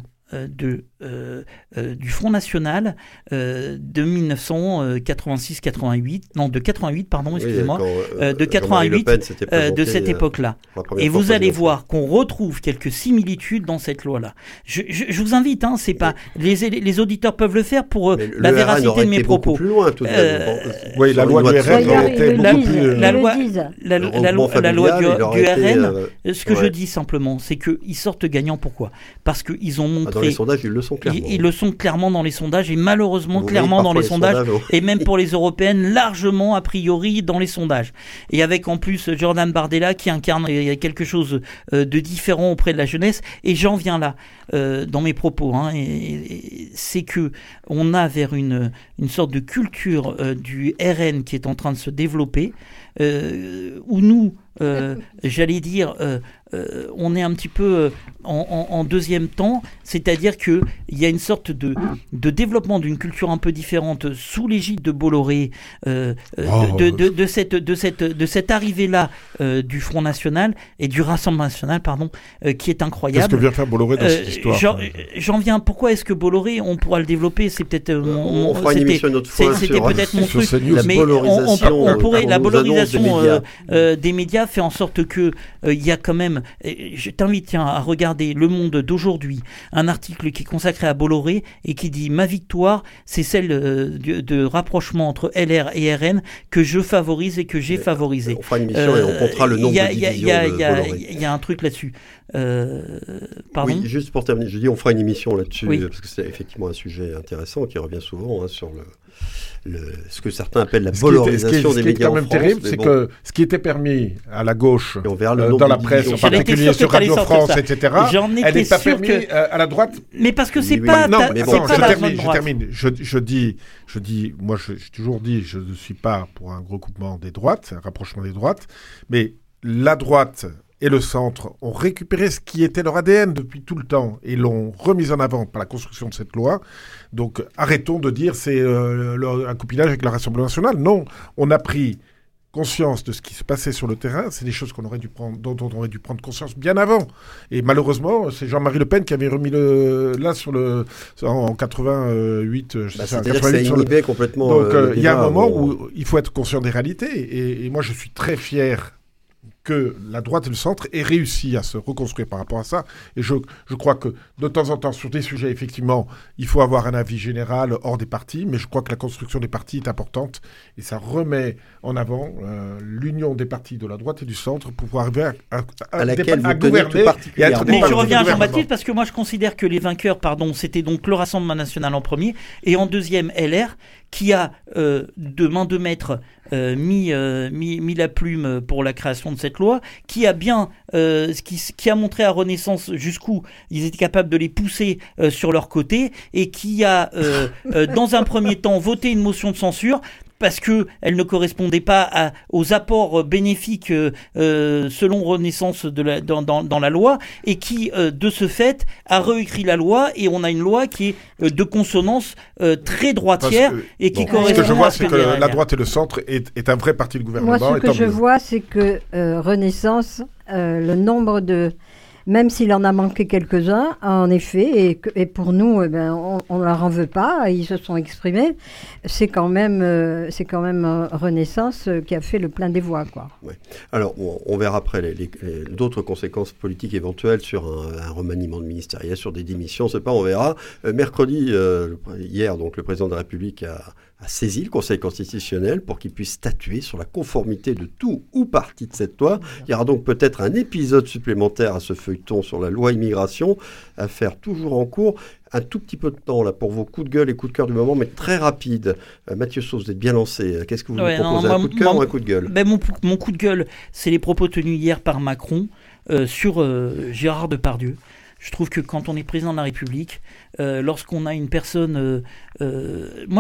du Front National de 1986-88, non de 88 pardon, excusez-moi, de 88 de cette époque-là. Et vous allez voir qu'on retrouve quelques similitudes dans cette loi-là. Je vous invite, hein, c'est pas les auditeurs peuvent le faire pour la véracité de mes propos. Plus loin, tout de même. Oui, la loi du RN était beaucoup plus. La loi du RN. Ce que je dis simplement, c'est qu'ils sortent gagnants. Pourquoi ? Parce qu'ils ont montré. Dans les sondages, ils le sont clairement. Ils le sont clairement dans les sondages, et malheureusement clairement dans les sondages, et même pour les européennes, largement a priori dans les sondages. Et avec en plus Jordan Bardella qui incarne quelque chose de différent auprès de la jeunesse. Et j'en viens là dans mes propos, hein, et c'est que on a vers une sorte de culture du RN qui est en train de se développer, où nous, j'allais dire, on est un petit peu en deuxième temps, c'est-à-dire qu'il y a une sorte de développement d'une culture un peu différente sous l'égide de Bolloré, de cette arrivée-là du Front National et du Rassemblement National, pardon, qui est incroyable. Qu'est-ce que vient faire Bolloré dans cette histoire ? J'en viens. Pourquoi est-ce que Bolloré, on pourra le développer ? C'est peut-être on fera une émission une autre fois. C'était peut-être mon truc. Mais on pourrait la valorisation des médias fait en sorte que il y a quand même. Je t'invite à regarder Le Monde d'aujourd'hui, un article qui est consacré à Bolloré et qui dit: ma victoire, c'est celle de rapprochement entre LR et RN que je favorise et que j'ai favorisé. On fera une émission et on comptera le nombre de divisions de Bolloré. Il y a un truc là-dessus. Pardon ? Oui, juste pour terminer, je dis on fera une émission là-dessus, parce que c'est effectivement un sujet intéressant qui revient souvent, hein, sur ce que certains appellent la bollorisation des médias en France. Ce qui est quand même terrible, c'est que ce qui était permis à la gauche, dans la presse, en particulier sur Radio France, etc., elle n'est pas permis à la droite. Mais parce que c'est pas... Non, mais bon, je termine. Je dis, moi j'ai toujours dit, je ne suis pas pour un recoupement des droites, un rapprochement des droites, mais la droite et le centre ont récupéré ce qui était leur ADN depuis tout le temps et l'ont remis en avant par la construction de cette loi. Donc arrêtons de dire c'est un copinage avec le Rassemblement National. Non, on a pris conscience de ce qui se passait sur le terrain. C'est des choses dont on aurait dû prendre conscience bien avant. Et malheureusement, c'est Jean-Marie Le Pen qui avait remis en 88. C'est-à-dire que ça inhibait complètement. Donc il y a un moment où il faut être conscient des réalités. Et moi, je suis très fier que la droite et le centre aient réussi à se reconstruire par rapport à ça. Et je crois que de temps en temps, sur des sujets, effectivement, il faut avoir un avis général hors des partis, mais je crois que la construction des partis est importante et ça remet en avant l'union des partis de la droite et du centre pour pouvoir arriver à laquelle vous gouverner tout particulièrement. Mais je reviens à Jean-Baptiste parce que moi je considère que les vainqueurs, c'était donc le Rassemblement National en premier et en deuxième LR qui a de main de maître mis la plume pour la création de cette loi, qui a bien qui a montré à Renaissance jusqu'où ils étaient capables de les pousser sur leur côté et qui a dans un premier temps voté une motion de censure parce qu'elle ne correspondait pas aux apports bénéfiques selon Renaissance dans la loi, et qui, de ce fait, a réécrit la loi, et on a une loi qui est de consonance très droitière, et qui correspond à ce que je vois, c'est que la droite et le centre est un vrai parti de gouvernement. Moi, ce que je vois, c'est que Renaissance, le nombre de... Même s'il en a manqué quelques-uns, en effet, et pour nous, on ne leur en veut pas, ils se sont exprimés, c'est quand même Renaissance qui a fait le plein des voix, quoi. Ouais. Alors, on verra après d'autres conséquences politiques éventuelles sur un remaniement de ministériel, sur des démissions, on ne sait pas, on verra. Mercredi, hier, donc, le président de la République a saisi le Conseil constitutionnel pour qu'il puisse statuer sur la conformité de tout ou partie de cette loi. Il y aura donc peut-être un épisode supplémentaire à ce feuilleton sur la loi immigration, affaire toujours en cours. Un tout petit peu de temps là pour vos coups de gueule et coups de cœur du moment, mais très rapide. Mathieu Sauve, vous êtes bien lancé. Qu'est-ce que vous nous proposez, un coup de cœur ou un coup de gueule? Mon coup de gueule, c'est les propos tenus hier par Macron sur Gérard Depardieu. Je trouve que quand on est président de la République, lorsqu'on a une personne... moi,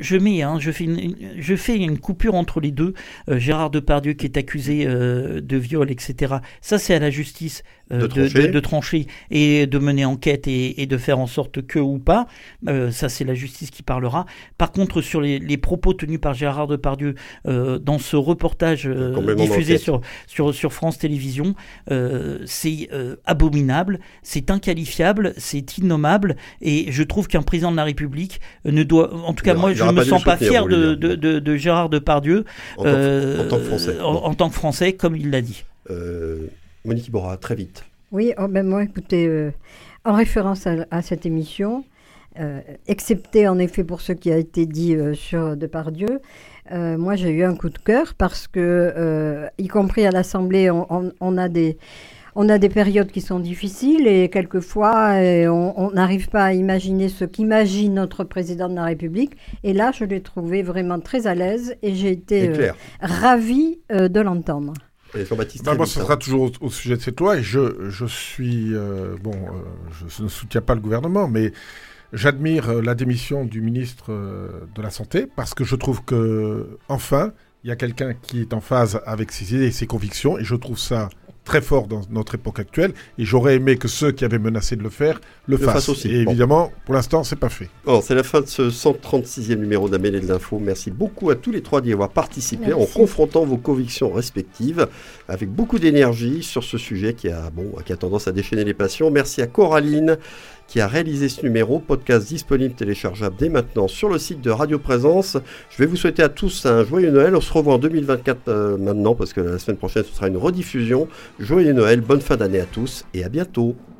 je fais une coupure entre les deux. Gérard Depardieu qui est accusé de viol, etc. Ça, c'est à la justice de trancher et de mener enquête et de faire en sorte que ou pas. Ça, c'est la justice qui parlera. Par contre, sur les propos tenus par Gérard Depardieu dans ce reportage diffusé sur France Télévisions, c'est abominable, c'est inqualifiable, c'est innommable, et je trouve qu'un président de la République ne doit, en tout cas moi je ne me sens pas fier de Gérard Depardieu en tant que Français, comme il l'a dit. Monique Iborra, très vite. Oui, moi écoutez, en référence à cette émission, excepté en effet pour ce qui a été dit sur Depardieu, moi j'ai eu un coup de cœur parce que, y compris à l'Assemblée, on a des périodes qui sont difficiles et quelquefois on n'arrive pas à imaginer ce qu'imagine notre président de la République. Et là, je l'ai trouvé vraiment très à l'aise et j'ai été ravie de l'entendre. Moi, ce sera toujours au sujet de cette loi et je suis... je ne soutiens pas le gouvernement, mais j'admire la démission du ministre de la Santé parce que je trouve que, enfin, il y a quelqu'un qui est en phase avec ses idées et ses convictions et je trouve ça très fort dans notre époque actuelle et j'aurais aimé que ceux qui avaient menacé de le faire le fassent aussi. Et évidemment, pour l'instant, c'est pas fait. C'est la fin de ce 136e numéro d'Amélie de l'Info. Merci beaucoup à tous les trois d'y avoir participé en confrontant vos convictions respectives avec beaucoup d'énergie sur ce sujet qui a tendance à déchaîner les passions. Merci à Coraline qui a réalisé ce numéro, podcast disponible, téléchargeable dès maintenant sur le site de Radio Présence. Je vais vous souhaiter à tous un joyeux Noël. On se revoit en 2024 maintenant parce que la semaine prochaine ce sera une rediffusion. Joyeux Noël, bonne fin d'année à tous et à bientôt.